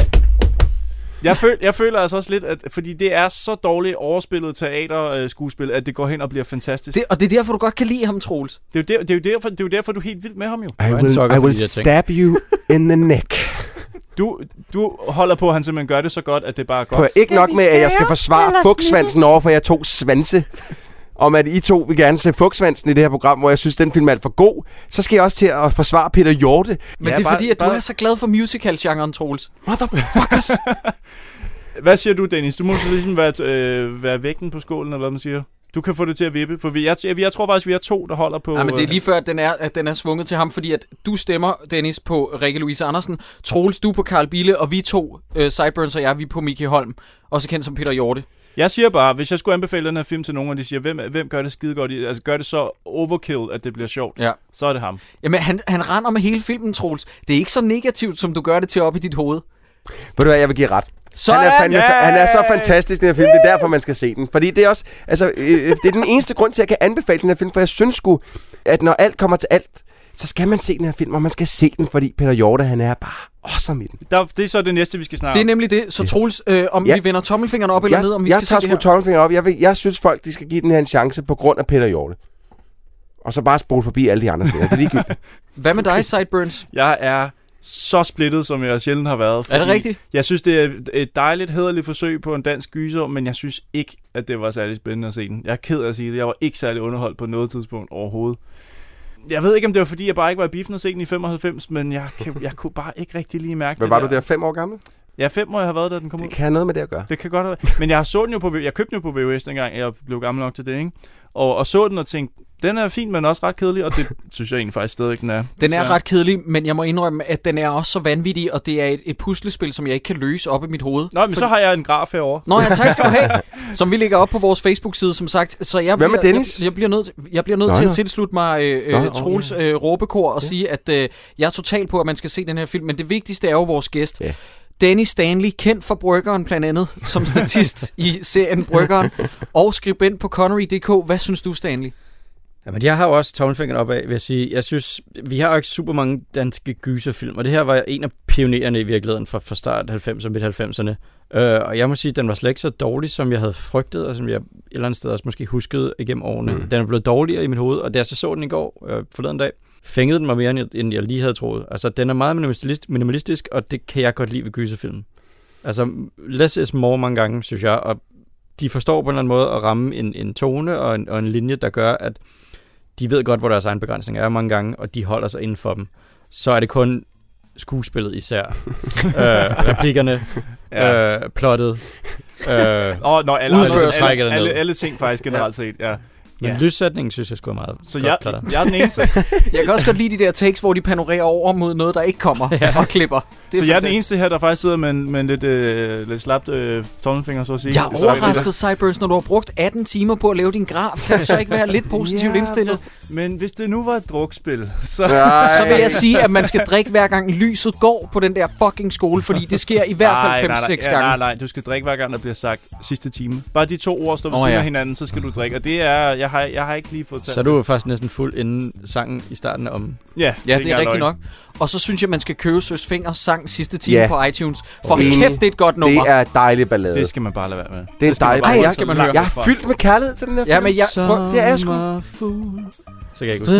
Jeg, føl, jeg føler altså også lidt, at fordi det er så dårligt overspillet teaterskuespil, at det går hen og bliver fantastisk. Det, og det er derfor, du godt kan lide ham, Troels. Det er jo, der, det er jo, derfor, det er jo derfor, du er helt vild med ham jo. I will, I will stab you in the neck. Du, du holder på, at han simpelthen gør det så godt, at det bare er godt. Prøv, ikke nok med, at jeg skal forsvare fugtsvansen over for jeg to svanse, om at I to vil gerne se fugtsvansen i det her program, hvor jeg synes, den film er alt for god, så skal jeg også til at forsvare Peter Hjorte. Men ja, det er bare, fordi, at du bare... er så glad for musical-genren, Troels. Motherfuckers! Hvad siger du, Dennis? Du må ligesom være, øh, være vægten på skålen, eller hvad man siger. Du kan få det til at vippe, for vi, jeg, jeg, jeg tror faktisk, vi er to, der holder på... Nej, men det er lige før, at den er, at den er svunget til ham, fordi at du stemmer, Dennis, på Rikke Louise Andersen, Troels, du på Carl Bille, og vi to, uh, Sideburns og jeg, vi er på Mickey Holm, også kendt som Peter Hjorte. Jeg siger bare, hvis jeg skulle anbefale den her film til nogen, og de siger, hvem, hvem gør det skide godt, altså gør det så overkill, at det bliver sjovt, ja. Så er det ham. Jamen, han, han render med hele filmen, Troels. Det er ikke så negativt, som du gør det til op i dit hoved. Ved du hvad, jeg vil give ret. Sådan. Han er, fandme, yeah. han er så fantastisk, den her film. Det er derfor, man skal se den. Fordi det er også, altså, øh, det er den eneste grund til, at jeg kan anbefale den her film. For jeg synes sgu, at når alt kommer til alt, så skal man se den her film, og man skal se den, fordi Peter Hjorte, han er bare awesome i den. Der, det er så det næste, vi skal snakke om. Det er nemlig det. Så Troels, øh, om ja. vi vender tommelfingeren op eller jeg, ned, om vi jeg skal tager se sgu det her. tommelfingeren op. Jeg, vil, jeg synes, folk de skal give den her en chance på grund af Peter Hjorte. Og så bare spole forbi alle de andre steder. Det er ligegyldigt. Hvad med dig, Sideburns? Jeg er så splittet, som jeg sjældent har været. Er det rigtigt? Jeg synes, det er et dejligt, hæderligt forsøg på en dansk gyser, men jeg synes ikke, at det var særlig spændende at se den. Jeg er ked af at sige det. Jeg var ikke særlig underholdt på noget tidspunkt overhovedet. Jeg ved ikke, om det var, fordi jeg bare ikke var i biffen at se den i femoghalvfems, men jeg, jeg kunne bare ikke rigtig lige mærke Hvad det var der. du der, fem år gammel? Ja, fem år jeg har været, da den kom det ud. Det kan have noget med det at gøre. Det kan godt være. Men jeg har så den jo på, jeg købte den jo på V H S dengang, jeg blev gammel nok til det, ikke? Og, og så den og tænkte, den er fin, men også ret kedelig, og det synes jeg egentlig faktisk stadig, den er. Den er så. ret kedelig, men jeg må indrømme, at den er også så vanvittig, og det er et, et puslespil, som jeg ikke kan løse op i mit hoved. Nå, men for... så har jeg en graf herovre. Nå ja, tak skal du have. Som vi lægger op på vores Facebook-side, som sagt. Så jeg Hvad bliver, med Dennis? Jeg, jeg bliver nødt, jeg bliver nødt Nå, til at tilslutte mig øh, Nå, Troels okay. øh, råbekor og ja. sige, at øh, jeg er totalt på, at man skal se den her film, men det vigtigste er jo vores gæst. Ja. Danny Stanley, kendt for Bryggeren blandt andet, som statist i serien Bryggeren, og skribent på Connery punktum d k. Hvad synes du, Stanley? Jamen, jeg har jo også tommelfingeren op af, vil jeg sige. Jeg synes, vi har jo ikke super mange danske gyserfilm, og det her var en af pionererne i virkeligheden fra, fra start halvfemserne og midt halvfemserne. Øh, og jeg må sige, at den var slet ikke så dårlig, som jeg havde frygtet, og som jeg et eller andet sted også måske huskede igennem årene. Mm. Den er blevet dårligere i mit hoved, og da jeg så så den i går, øh, forleden dag, fængede den mig mere, end jeg lige havde troet. Altså, den er meget minimalistisk, minimalistisk og det kan jeg godt lide ved gyserfilmen. Altså, less is more mange gange, synes jeg, og de forstår på en eller anden måde at ramme en, en tone og en, og en linje, der gør, at de ved godt, hvor deres egen begrænsning er mange gange, og de holder sig inden for dem. Så er det kun skuespillet især. øh, replikkerne, ja. øh, plottet, øh, oh, no, alle, udførelsen alle, alle, alle, alle ting faktisk generelt ja. set, ja. Men Ja. lyssætningen synes jeg sgu er meget Så godt jeg, klaret. jeg er den eneste. Jeg kan også godt lide de der takes, hvor de panorerer over mod noget, der ikke kommer ja. og klipper. Det er så jeg er den fantastisk. eneste her, der faktisk sidder med en, med en lidt, øh, lidt slapt øh, tommelfinger, så at sige. Jeg er overrasket, Cyburns, når du har brugt atten timer på at lave din graf. Kan du så ikke være lidt positivt Ja, indstillet? Men hvis det nu var et drukspil, så... Så vil jeg sige, at man skal drikke hver gang lyset går på den der fucking skole, fordi det sker i hvert fald fem seks ja, gange. Nej, nej, du skal drikke hver gang, der bliver sagt sidste time. Bare de to ord står ved Åh, oh, siden ja. af hinanden, så skal du drikke. Og det er... Jeg har, jeg har ikke lige fået Så er du faktisk næsten fuld inden sangen i starten om... Ja, Ja, det er rigtigt løgn. nok. Og så synes jeg, man skal købe Søs Fingers sang sidste time Ja. på iTunes. For Enig. kæft, det er et godt nummer. Det er et dejligt ballade. Det skal man bare lade være med. Det er en skal man dejlig bare- ballade. Ej, skal man høre. Jeg er fyldt med kærlighed til den her Ja, film. men jeg... Prøv, Det er jeg sgu. Så kan jeg ikke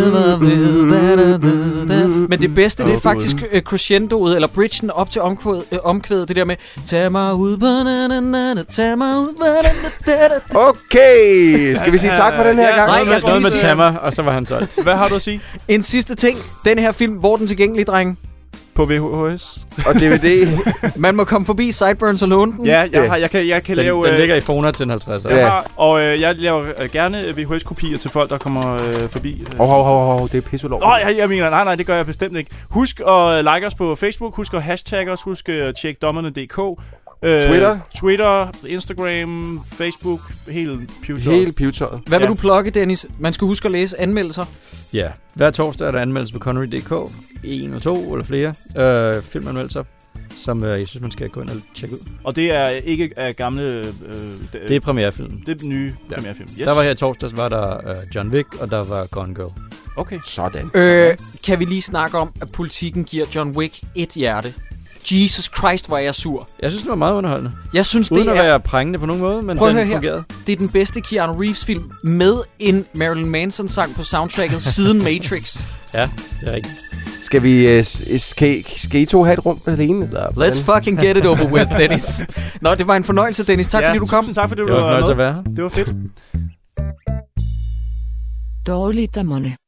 huske. Men det bedste, det er Åh, faktisk uh, crescendoet, eller bridgen op til omkvædet, uh, omkvædet, det der med tag mig ud, banana, tag mig ud, banana. Okay, skal vi sige tak for den her Ja, gang? nej, Noget jeg med, skal noget lige med sige- Tammer, og så var han solgt. Hvad har du at sige? En sidste ting. Den her film, hvor er den tilgængelig, dreng? På V H S? Og D V D. Man må komme forbi Sideburns og låne den. Ja, jeg, Ja. har, jeg kan, jeg kan Den, lave... den øh, ligger i Fona til en halvtreds. Jeg Ja. har, og øh, jeg laver øh, gerne V H S-kopier til folk, der kommer øh, forbi. Øh. Hov, hov, hov, hov, det er pisselovligt. Åh, jeg, jeg mener, nej, nej, det gør jeg bestemt ikke. Husk at like os på Facebook, husk at hashtag os, husk at tjekke dommerne punktum d k. Øh, Twitter. Twitter, Instagram, Facebook, helt pewtøjet. Helt pivetøjet. Hvad vil Ja. du plukke, Dennis? Man skal huske at læse anmeldelser. Ja, hver torsdag er der anmeldelse på Connery punktum d k. En eller to eller flere øh, filmanmeldelser, som øh, jeg synes, man skal gå ind og tjekke ud. Og det er ikke af gamle... Øh, Det er premierefilm. det er den nye Ja. premierefilm. Yes. Der var her i torsdags, var der øh, John Wick, og der var Gone Girl. Okay. Sådan. Øh, kan vi lige snakke om, at politikken giver John Wick et hjerte? Jesus Christ, hvor er jeg sur. Jeg synes, det var meget underholdende. Jeg synes, Uden det at er, være prængende på nogen måde, men Prøv at høre den her. fungerede. det er den bedste Keanu Reeves-film med en Marilyn Manson-sang på soundtracket siden Matrix. Ja, det er rigtigt. Skal vi... Uh, skal, skal I to have et rum alene? Eller hvordan? Let's fucking get it over with, Dennis. Nå, det var en fornøjelse, Dennis. Tak ja, fordi du kom. tusind tak, fordi du Det var en fornøjelse at med. være her. Det var fedt. Dårligdommerne.